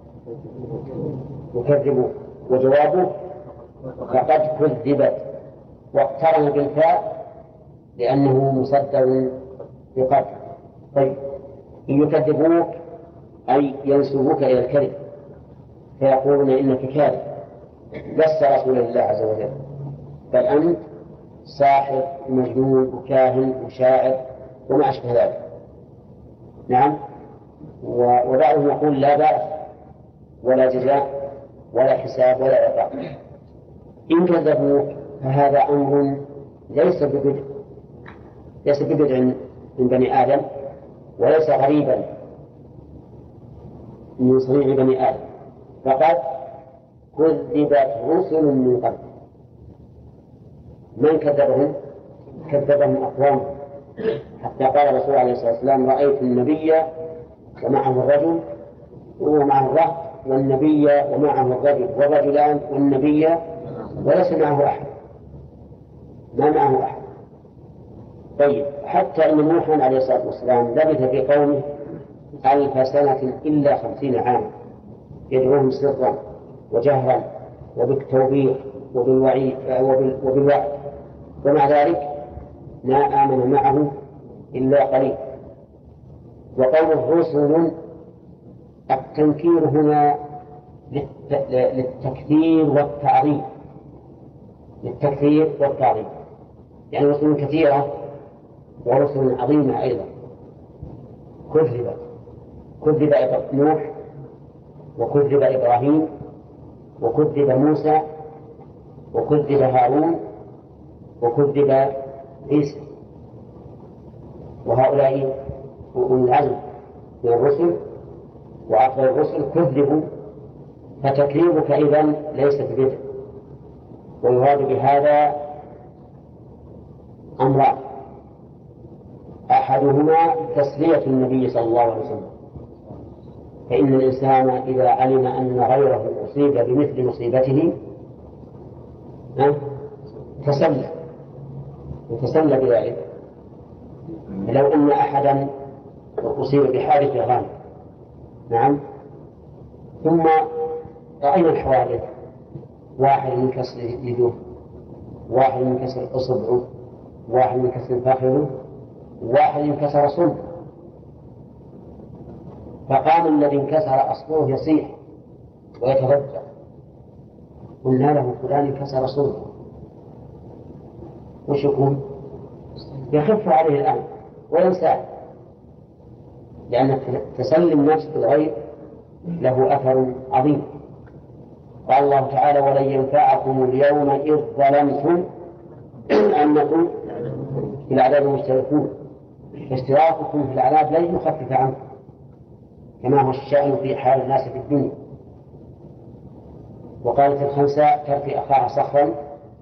يكذبوك، وجوابه فقد كذبت، واقترن بالفاء لأنه مصدر بقد. طيب إن يكذبوك أي ينسبوك إلى الكذب، فيقولون إنك كاذب لست رسول الله عز وجل، بل أنت ساحر مجنون وكاهن وشاعر وما أشبه ذلك. نعم. وبعضهم يقول لا بعث ولا جزاء ولا حساب ولا عقاب. إن كذبوك فهذا أمر ليس ببدع، ليس ببدع من بني آدم، وليس غريبا من صنيع بني آدم، فقد كذبت رسل من قبل. من كذبهم؟ كذبهم أقوام، حتى قال الرسول عليه الصلاة والسلام رأيت النبي ومعه الرجل ومعه الرهط، والنبي ومعه الرجل والرجلان والنبي وليس معه أحد، ما معه أحد. طيب حتى أن نوحا عليه الصلاة والسلام لبث في قومه ألف سنة إلا خمسين عاما يدعوهم سرا وجهرا وبالتوبيخ وبالوعي وبالوعد، ومع ذلك ما آمن معه إلا قليل. وقوله رسل التنكير هنا للتكثير والتعظيم، للتكثير والتعظيم، يعني رسل كثيرة ورسل عظيمة أيضا. كذب كذب نوح وكذب إبراهيم وكذب موسى وكذب هارون وكذب عيسى، وهؤلاء أولي العزم من الرسل وأفضل الرسل كذبوا، فتكذيبك إذن ليس ببدع. ويراد بهذا أمران: أحدهما تسلية النبي صلى الله عليه وسلم، فإن الإنسان إذا علم أن غيره أصيب بمثل مصيبته تسلى وتسلى بذلك. لو أن أحدا أصيب بحادث غام، نعم، ثم رأينا الحوادث، واحد من كسر يده، واحد من كسر أصبعه، واحد من كسر فخذه، واحد انكسر صلبه، فقام الذي انكسر أصبعه يصيح ويترجع، قلنا له فلان انكسر صلبه، وش يكون؟ يخف عليه الآن وينساه، لأن تسلي النفس بالغير له أثر عظيم. قال الله تعالى ولن ينفعكم اليوم إذ ظلمتم أنكم في العذاب مشتركون، فاشتراككم في العذاب لن يخفف عنكم، كما هو الشأن في حال الناس في الدنيا. وقالت الخنساء ترفي أخاها صخرا،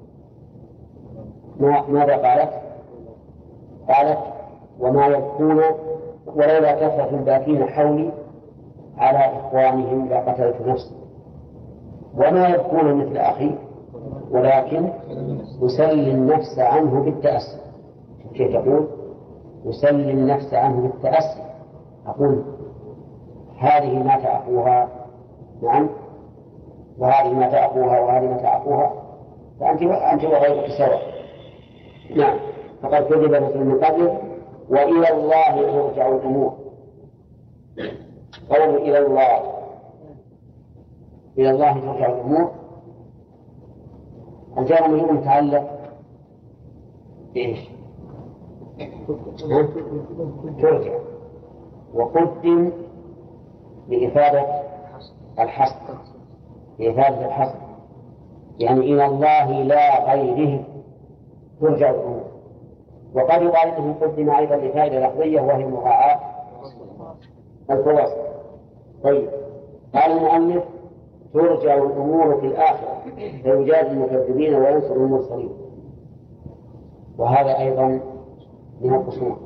ماذا قالت؟ قالت وما يبكون ولولا كثرة الباكين حولي على إخوانهم لقتلت نفسي، وما يبكون مثل أخي ولكن يسلي النفس عنه بالتأسي. كيف تقول؟ يسلي النفس عنه بالتأسي، أقول هذه مات أخوها، نعم، وهذه مات أخوها وهذه مات أخوها، فأنت أنت وغيرك سواء. نعم. فقد كذب رسل من قبل وإلى الله ترجع الأمور. قول إلى الله إلى الله ترجع الأمور، الجار والمجرور متعلق بإيش؟ ترجع، وقدم لإفادة الحصر، لإفادة الحصر، يعني إلى الله لا غيره ترجع الأمور. وقد يقال إنه قدم أيضا لفائدة لفظية وهي مراعاة الفواصل. طيب، قال المؤلف ترجع الأمور في الآخرة فيجازي المكذبين وينصر المرسلين، وهذا أيضا من القصور،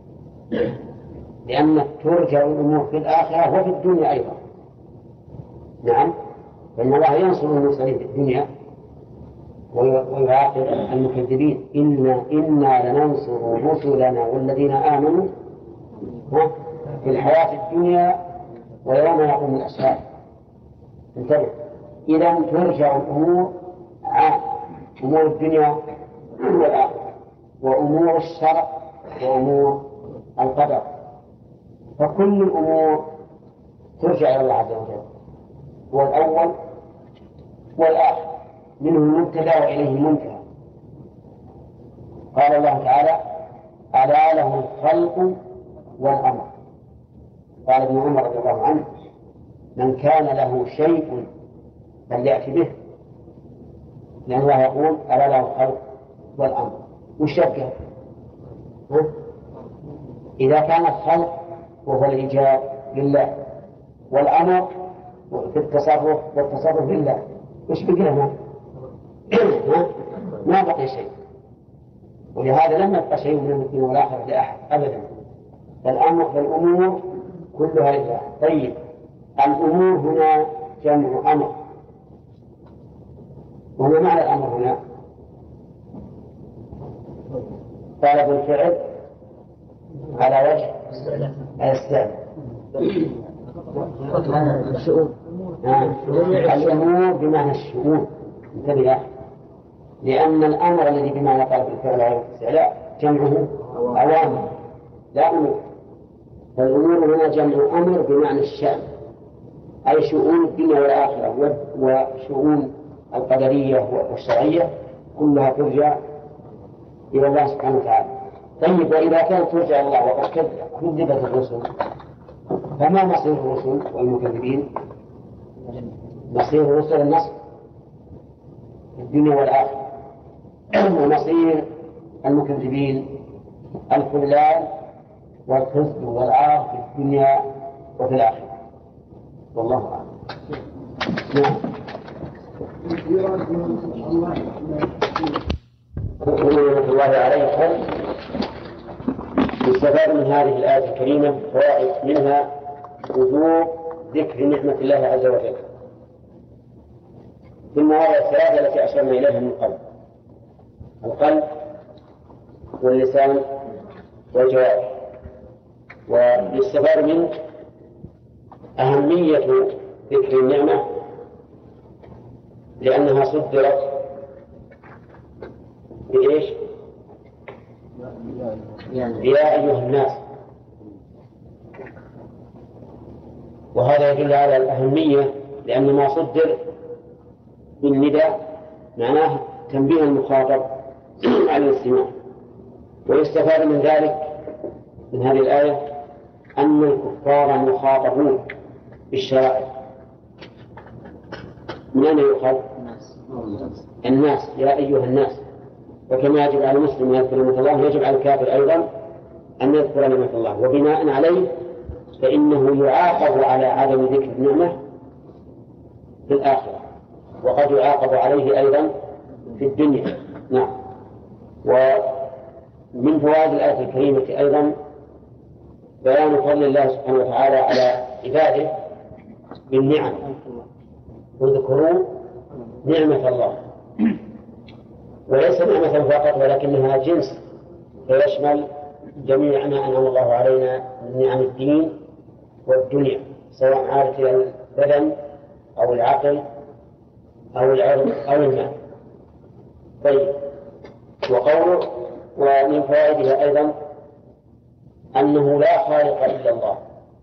لأن ترجع الأمور في الآخرة وفي الدنيا أيضا. نعم، فإن الله ينصر المرسلين في الدنيا ويعاقب المكذبين. إنا إنا لننصر رسلنا والذين آمنوا في الحياة الدنيا ويوم يقوم الأشهاد. انتبه، إذا ترجع الأمور عام، أمور الدنيا والآخرة، وأمور الشرع وأمور القدر، فكل الأمور ترجع إلى الله عز وجل، هو الأول والآخر، منه المبتدأ وإليه المنتهى. قال الله تعالى ألا له الخلق والأمر. قال ابن عمر رضي الله عنه من كان له شيء فليأتي به، لأن الله يقول ألا له الخلق والأمر. وش يبقى؟ إذا كان الخلق وهو الإيجاب لله، والأمر في التصرف والتصرف لله، وش بقي هنا؟ ما بقي شيء. ولهذا لم يبقى شيء من الدنيا والآخرة لأحد أبدا، فالأمر فالأمور كلها لله. طيب، الأمور هنا جمع أمر، وما معنى الأمر هنا؟ طلب الفعل على وجه الاستعلاء. الأمور بمعنى الشؤون، انتبه، لأن الأمر الذي بمعنى طلب الفعل على وجه الاستعلاء جمعه أوامر لا أمور. فالأمور هنا جمع أمر بمعنى الشأن، أي شؤون الدنيا والآخرة وشؤون القدرية والشرعية كلها ترجع إلى الله سبحانه وتعالى. طيب، وإذا كانت ترجع إلى الله وقد كذبت الرسل، فما مصير الرسل والمكذبين؟ مصير الرسل النصر في الدنيا والآخرة، ومصير المكذبين الخذلان والخزي والعار في الدنيا وفي الآخرة، والله أعلم. نعم. رحمة الله عليكم. يستفاد من هذه الآية الكريمة فوائد، منها وجوب ذكر نعمة الله عز وجل في المواضع الثلاثة التي أشرنا إليها من قبل: القلب واللسان والجوارح. ويستفاد منه أهمية ذكر النعمة لأنها صدرت بإيش؟ يا أيها الناس، وهذا يدل على الأهمية، لأن ما صدر بالنداء معناه تنبيه المخاطب على الاستماع. ويستفاد من ذلك من هذه الآية أن الكفار مخاطبون بالشرائع. من أين يؤخذ؟ الناس، يا أيها الناس. وكما يجب على المسلم أن يذكر نعمة الله، يجب على الكافر أيضا أن يذكر نعمة الله، وبناء عليه فإنه يعاقب على عدم ذكر النعمة في الآخرة، وقد يعاقب عليه أيضا في الدنيا. نعم. ومن فوائد الآية الكريمة أيضا بيان فضل الله سبحانه وتعالى على عباده بالنعم. واذكروا نعمة الله، وليس نعمة فقط ولكنها جنس، فيشمل جميع ما أنعم الله علينا من نعم الدين والدنيا، سواء عادت البدن أو العقل أو العرض أو المال. طيب، وقوله ومن فوائدها أيضا أنه لا خالق إلا الله،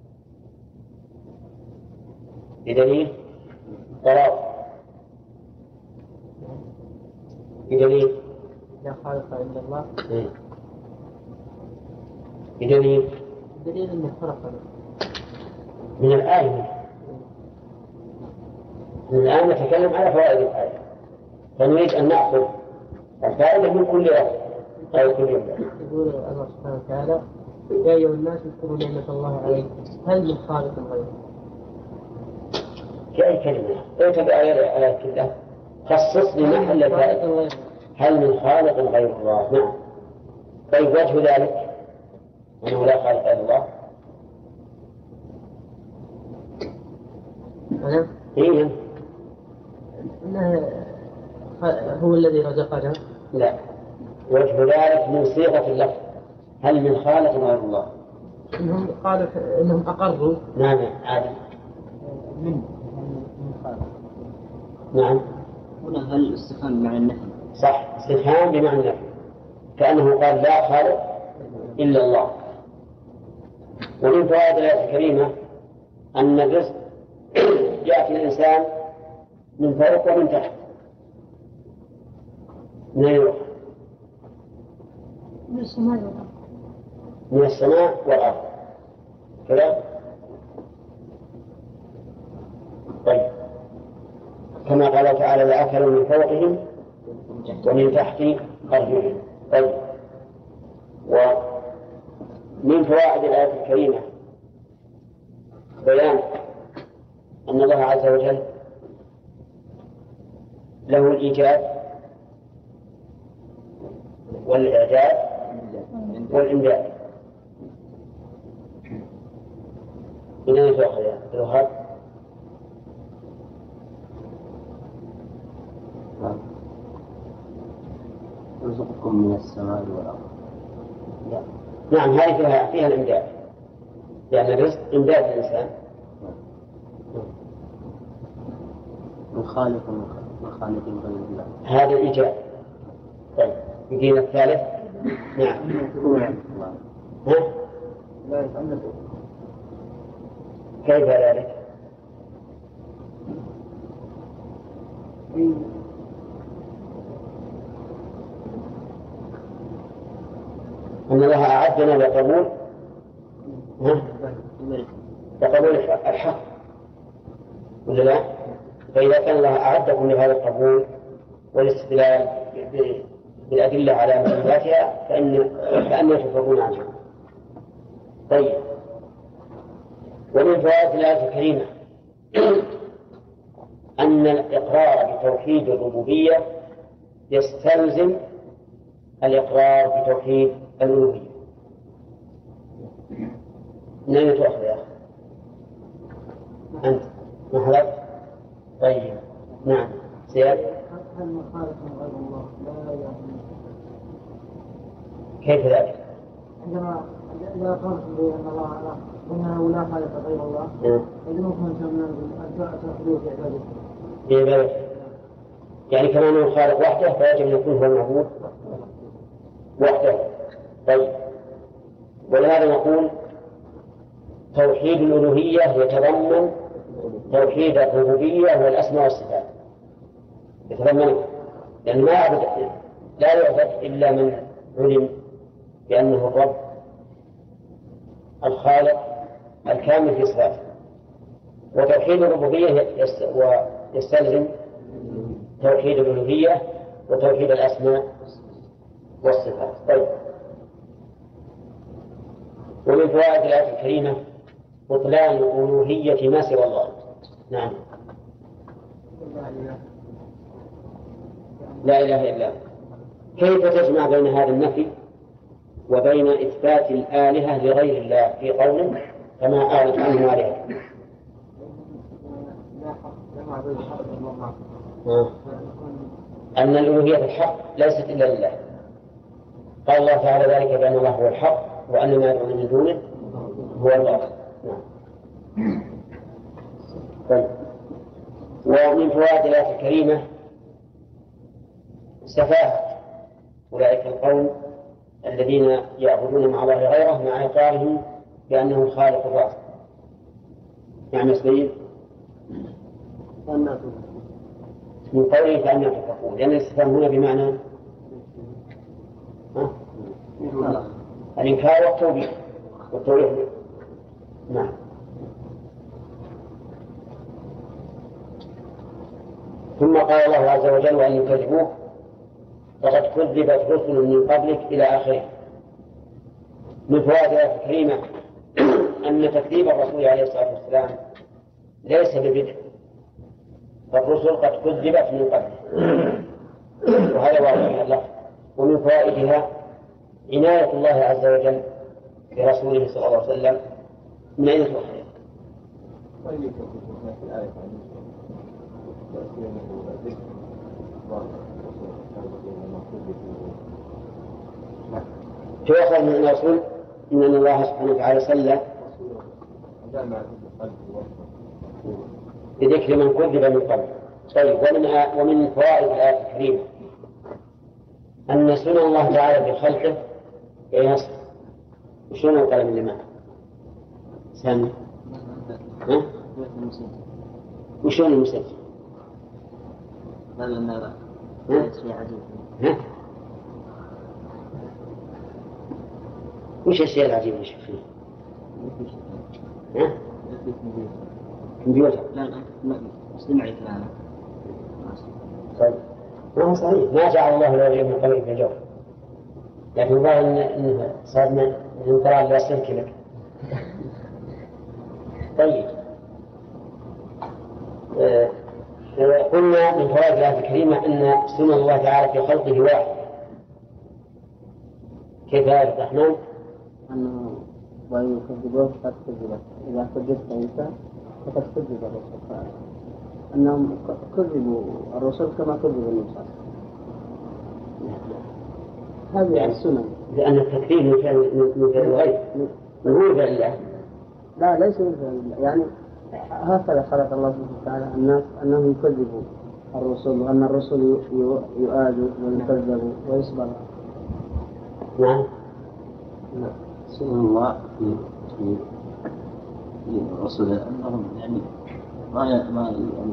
بدليل طلاق، بدليل لا خالق إلا الله، بدليل بدليل أنه خلق من الآية. من الآن نتكلم على فوائد الآية، فنريد أن نأخذ الفائدة من كل آية أو كل يوم. يقول الله سبحانه وتعالى: يا أيها الناس اذكروا نعمة الله عليكم هل من خالق غيره؟ في أي كلمة اتبع آية كلها خصص لي محل الفائدة. هل من خالق غير الله؟ نعم. طيب، وجه ذلك أنه لا خالق إلا الله. أنا؟ إيه؟ أنه هو الذي رزقنا. لا، وجه ذلك من صيغة اللفظ. هل من خالق غير الله؟ إنهم قالوا إنهم أقروا. نعم عادي. من من خالق. نعم. هنا هل استفهام مع النفي؟ صح، استفهام بمعنى النفي، كأنه قال لا خالق إلا الله. ومن فوائد الآية الكريمة أن الرزق يأتي الإنسان من فوق ومن تحت. من أين يروح؟ من السماء والأرض. من السماء والأرض كذا. طيب، كما قال تعالى: لأكلوا من فوقهم ومن تحت أرجلهم. طيب، ومن فوائد الآية الكريمة بيان أن الله عز وجل له الإيجاد والإعداد والإمداد. من أين تأخذ يا عبد الوهاب؟ يرزقكم من السماء والأرض. نعم، هذه فيها فيها الإمداد، لأن الرزق إمداد الإنسان. من خالق من خالق غير الله. هذا الإيجاد. طيب، يجينا الثالث. نعم. ها؟ لا يتعنف. كيف ذلك؟ أن الله أعدنا لقبول لقبول الحق ولا لا؟ فإذا كان الله أعدكم لهذا القبول والاستدلال بالأدلة على مهماتها فإن فأن تفرقون عنها. طيب، ومن فوائد الآية الكريمة أن الإقرار بتوحيد الربوبية يستلزم الإقرار بتوحيد الألوهية. من أين تؤخذ يا أخي؟ أنت محلك؟ طيب، نعم. سياد. هل من خالق غير الله لا يعني؟ كيف ذلك؟ عندما إذا قلت بأن الله لا وأنه لا خالق غير الله إذا ممكن أن تأخذوه في عبادته. في عبادته. يعني كما أنه خالق وحده فيجب أن يكون هو المعبود وحده. طيب، ولهذا نقول توحيد الألوهية يتضمن توحيد الربوبية والأسماء والصفات، يتضمنه، لأن ما يعبد لا يعبد إلا من علم بأنه الرب الخالق الكامل في صفاته. وتوحيد الربوبية يستلزم توحيد الألوهية وتوحيد الأسماء والصفات. طيب، ومن فوائد الآية الكريمة بطلان ألوهية ما سوى الله. نعم. لا إله إلا هو. كيف تجمع بين هذا النفي وبين إثبات الآلهة لغير الله في قوله كما أعرف عنه آلهة؟ أن الألوهية الحق ليست إلا لله. قال الله تعالى ذلك بأن الله هو الحق وأن ما يدعون من دونه هو الباطل. نعم. طيب، ومن فوائد الآية الكريمة سفاهة أولئك القوم الذين يعبدون مع الله غيره مع إقرارهم بأنه خالق الرازق. يعني سبيل من قوله فأنا تتقون، لأن الاستفهام هنا بمعنى الإنكار والتوبيخ والتوبيخ. نعم. ثم قال الله عز وجل وأن يكذبوك فقد كذبت رسل من قبلك إلى آخره. من فوائد الآية الكريمة أن تكذيب الرسول عليه الصلاة والسلام ليس ببدع، فالرسل قد كذبت من قبل، وهذا واضح من الله. ومن فوائدها عناية الله عز وجل برسوله صلى الله عليه وسلم من عدة وحيات. تؤخذ من الرسول إن الله سبحانه وتعالى سلم بذكر من كذب من قبل. طيب، ومنها ومن فوائد الآية الكريمة أن سنن الله تعالى بخلقه يصل. وشنو القلم اللي معه؟ سامي؟ ها؟ وشنو المسجل؟ لا لا لا شيء عجيب. ها؟ وش الشيء العجيب اللي شوف فيه؟ ها؟ كمبيوتر. لا لا استمعي كلامه. طيب، ما هو صحيح، ما جعل الله له من قبل في الجوف، لكن الله إنه صار من ترى اللي أسلك لك. طيب، آه، قلنا من فوائد الآية الكريمة أن سنن الله تعالى في خلقه واحد. كيف يا عبد الرحمن؟ أنه ويكذبون قد كذبت، إذا كذبت أنت فقد كذب الرسل، أنهم كذبوا الرسل كما كذبوا المرسل. هذه يعني السنن، لأن التكذيب من فعل الغيب من هو فعل الله. لا ليس من فعل الله، يعني هكذا خلق الله سبحانه وتعالى الناس أنهم يكذبوا الرسل، وأن الرسل يؤادوا ويكذبوا ويصبر. نعم. سبحان الله في في في الرسل أنهم يعني ما ما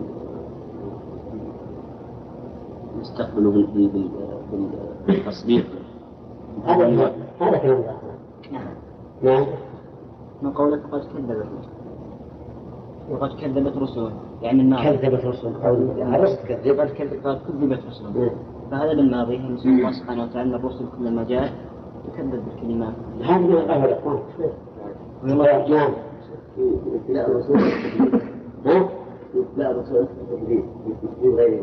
يستقبلوا بال بالتصديق. هذا هذا كلام. نعم. من قولك قد كذبت وقد كذبت رسل، يعني النار كذبت رسل أو الرسل كذب قد كذبت رسل، فهذا بالماضي نسأل الله سبحانه وتعالى أن الرسل كلما جاء يكذب بالكلمات. هذا من الأهل الإخوان. نعم. لا رسول ها؟ لا رسول تكذيب غيره.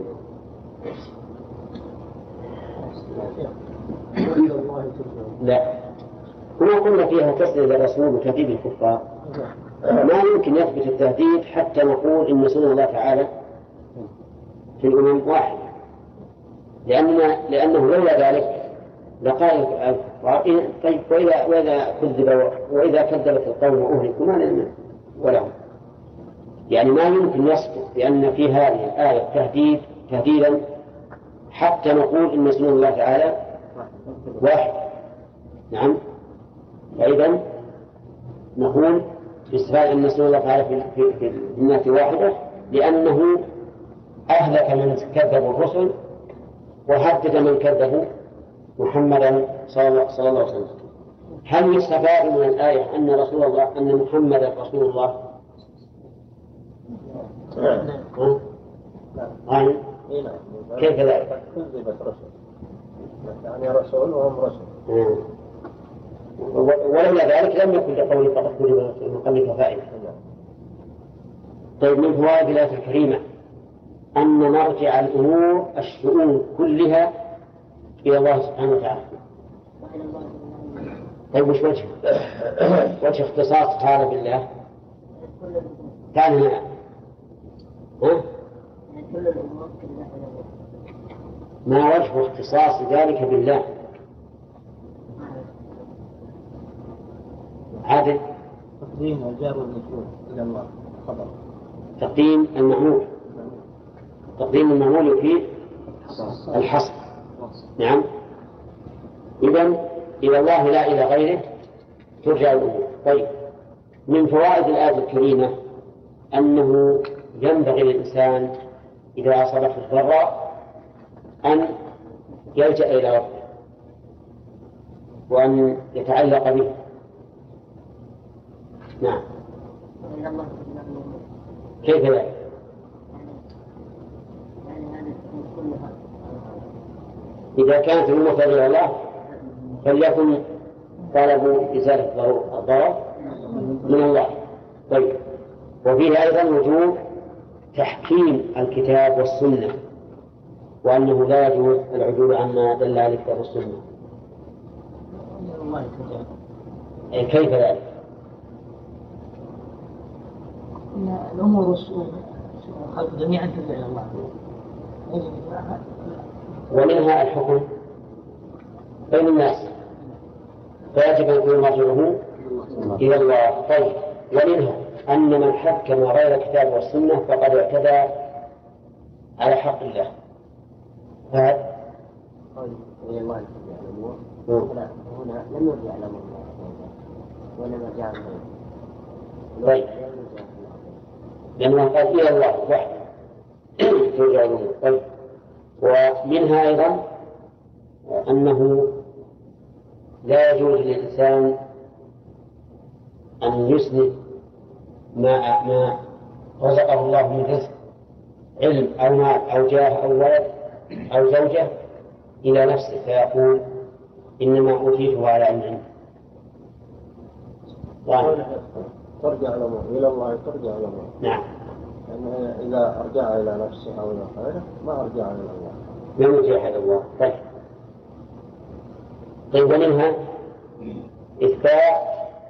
لا، هنا قلنا فيها تسديد الرسول وتهديد الكفار. ما يمكن يثبت التهديد حتى نقول إن سنن الله تعالى في الأمم واحد، لأننا لأنه لولا ذلك لقال الكفار طيب وإذا وإذا كذب وإذا كذبت القوم وأهلكوا ما لنا ولهم. يعني ما يمكن يثبت بأن في هذه الآية تهديد تهديدا حتى نقول إن سنن الله تعالى واحد. نعم. فإذا نقول باستفاد أن سنن الله تعالى في في في الناس واحدة، لأنه أهلك من كذبوا الرسل وهدد من كذبوا محمدا صلى الله عليه وسلم. هل يستفاد من الآية أن رسول الله أن محمدا رسول الله؟ نعم. كيف ذلك؟ كذبت رسل، يعني رسول وهم رسل. ولولا ذلك لم يكن لقوله فقد كذب من قبلك فائدة. طيب، من فوائد الآية الكريمة أن نرجع الأمور الشؤون كلها إلى الله سبحانه وتعالى. طيب، وش وجه وجه اختصاص هذا بالله؟ كان هنا ها؟ ما وجه اختصاص ذلك بالله؟ عادل. تقديم الجار والمجرور إلى الله خبر. تقديم المعمول تقديم المعمول في الحصر نعم. إذن إلى الله لا إلى غيره ترجع الأمور. طيب، من فوائد الآية الكريمة أنه ينبغي للإنسان إذا أصابته الضراء أن يلجأ إلى ربه وأن يتعلق به. نعم. كيف ذلك؟ إذا كانت الأمور إلى الله فليكن طلبوا إزالة الضرر من الله. طيب، وفيه أيضا وجوب تحكيم الكتاب والسنة، وأنه لا يجوز العدول عما دل عليه الكتاب والسنة. أي كيف ذلك؟ إن الأمور والشؤون الخلق جميعا ترجع إلى الله، ومنها الحكم بين الناس فيجب أن يكون مرجعه إلى الله. طيب، ومنها أن من حكم غير الكتاب والسنة فقد اعتدى على حق الله. هذا إلى الله ترجع الأمور. هنا هنا لم يرجع الأمر وإنما رجع الله. طيب، لأنه قال إلى الله وحده ترجع الأمور. طيب، ومنها أيضا أنه لا يجوز للإنسان أن يسند ما ما رزقه الله من رزق علم أو مال أو جاه أو ولد أو زوجة إلى نفسه فيقول إنما أوتيته على علم عندي. ترجع الأمور إلى الله، ترجع الأمور. نعم. يعني إذا أرجع إلى نفسه أو إلى غيره ما أرجع إلى الله. لا يرجع إلى الله. طيب. طيب، ومنها إثبات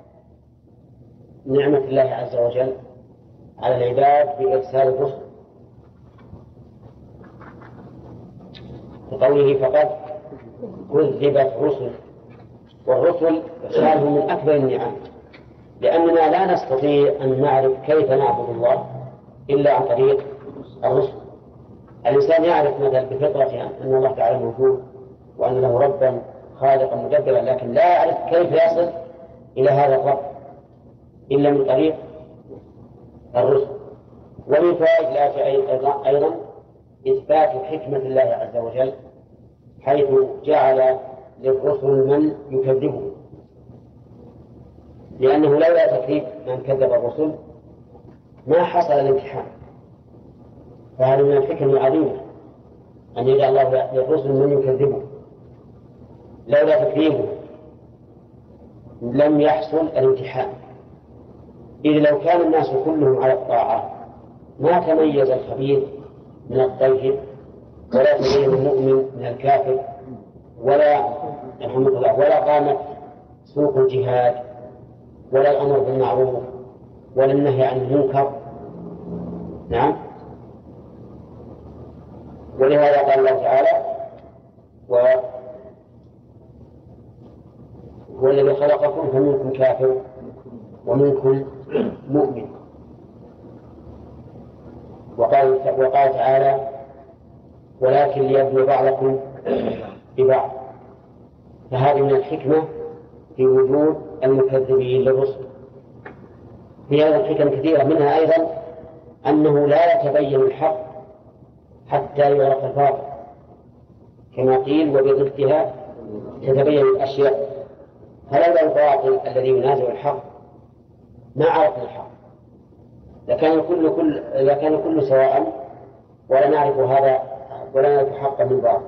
نعمة الله عز وجل على العباد بإرسال الرسل، بقوله فقد كذبت رسل، والرسل إرساله من أكبر النعم، لأننا لا نستطيع أن نعرف كيف نعبد الله إلا عن طريق الرسل. الإنسان يعرف مثلا بفطرته أن الله تعالى موجود وأن له ربا خالقا مدبرا، لكن لا يعرف كيف يصل إلى هذا الرب إلا من طريق الرسل. ومن فوائد الآية أيضا إثبات حكمة الله عز وجل، حيث جعل للرسل من يكذبه، لأنه لولا تكذيب من كذب الرسل ما حصل الامتحان. فهذا من الحكم العظيمة أن يجعل الله للرسل من يكذبه، لولا تكذيبه لم يحصل الامتحان. إذ لو كان الناس كلهم على الطاعة ما تميز الخبيث من الطيب، ولا تميز المؤمن من الكافر، ولا الحمد لله ولا قامت سوق الجهاد ولا الأمر بالمعروف ولا النهي عن المنكر. نعم. ولهذا قال الله تعالى وهو الذي خلقكم فمنكم كافر ومنكم مؤمن. وقال, وقال تعالى ولكن ليبلو بعضكم ببعض. فهذه من الحكمة في وجود المكذبين للرسل. في هذا الحكم كثيرة، منها أيضا أنه لا يتبين الحق حتى يعرف الباطل، كما قيل وبضدها تتبين الأشياء. فلولا الباطل الذي ينازع الحق ما عرفنا الحق، لكان كل كل لكان كل سواء ولا نعرف هذا ولا نعرف حقا من باطل.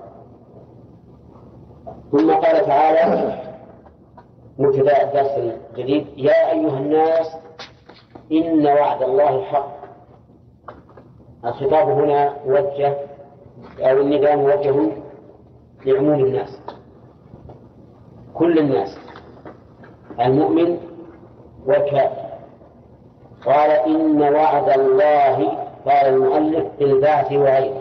ثم قال تعالى مبتدأ الدرس الجديد يا أيها الناس إن وعد الله حق. الخطاب هنا موجه أو النداء موجه لعموم الناس، كل الناس المؤمن والكافر. قال إن وعد الله، قال المؤلف بالبعث وغيره،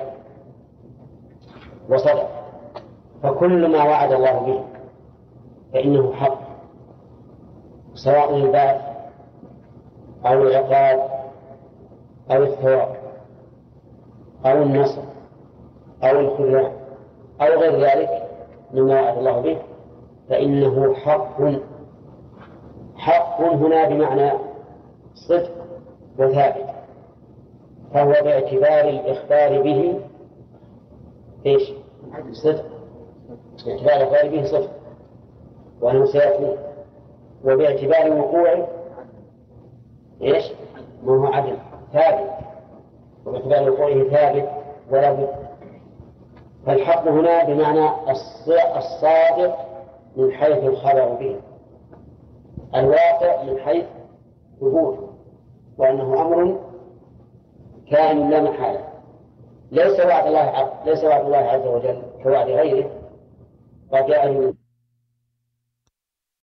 وصدق. فكل ما وعد الله به فإنه حق، سواء البعث أو العقاب أو الثواب أو النصر أو الخذلان أو غير ذلك، مما وعد الله به فإنه حق. حق هنا بمعنى صدق وثابت، فهو باعتبار الإخبار به إيش؟ صدق، باعتبار الإخبار به صدق وأنه سيأتي، وباعتبار وقوعه إيش؟ ما هو عدل ثابت، وباعتبار وقوعه ثابت ولا بد. فالحق هنا بمعنى الصادق من حيث الخبر به، الواقع من حيث ثبوته، وأنه أمر كان لا محالة. ليس وعد الله ليس وعد الله عز وجل كوعد غيره قد جاء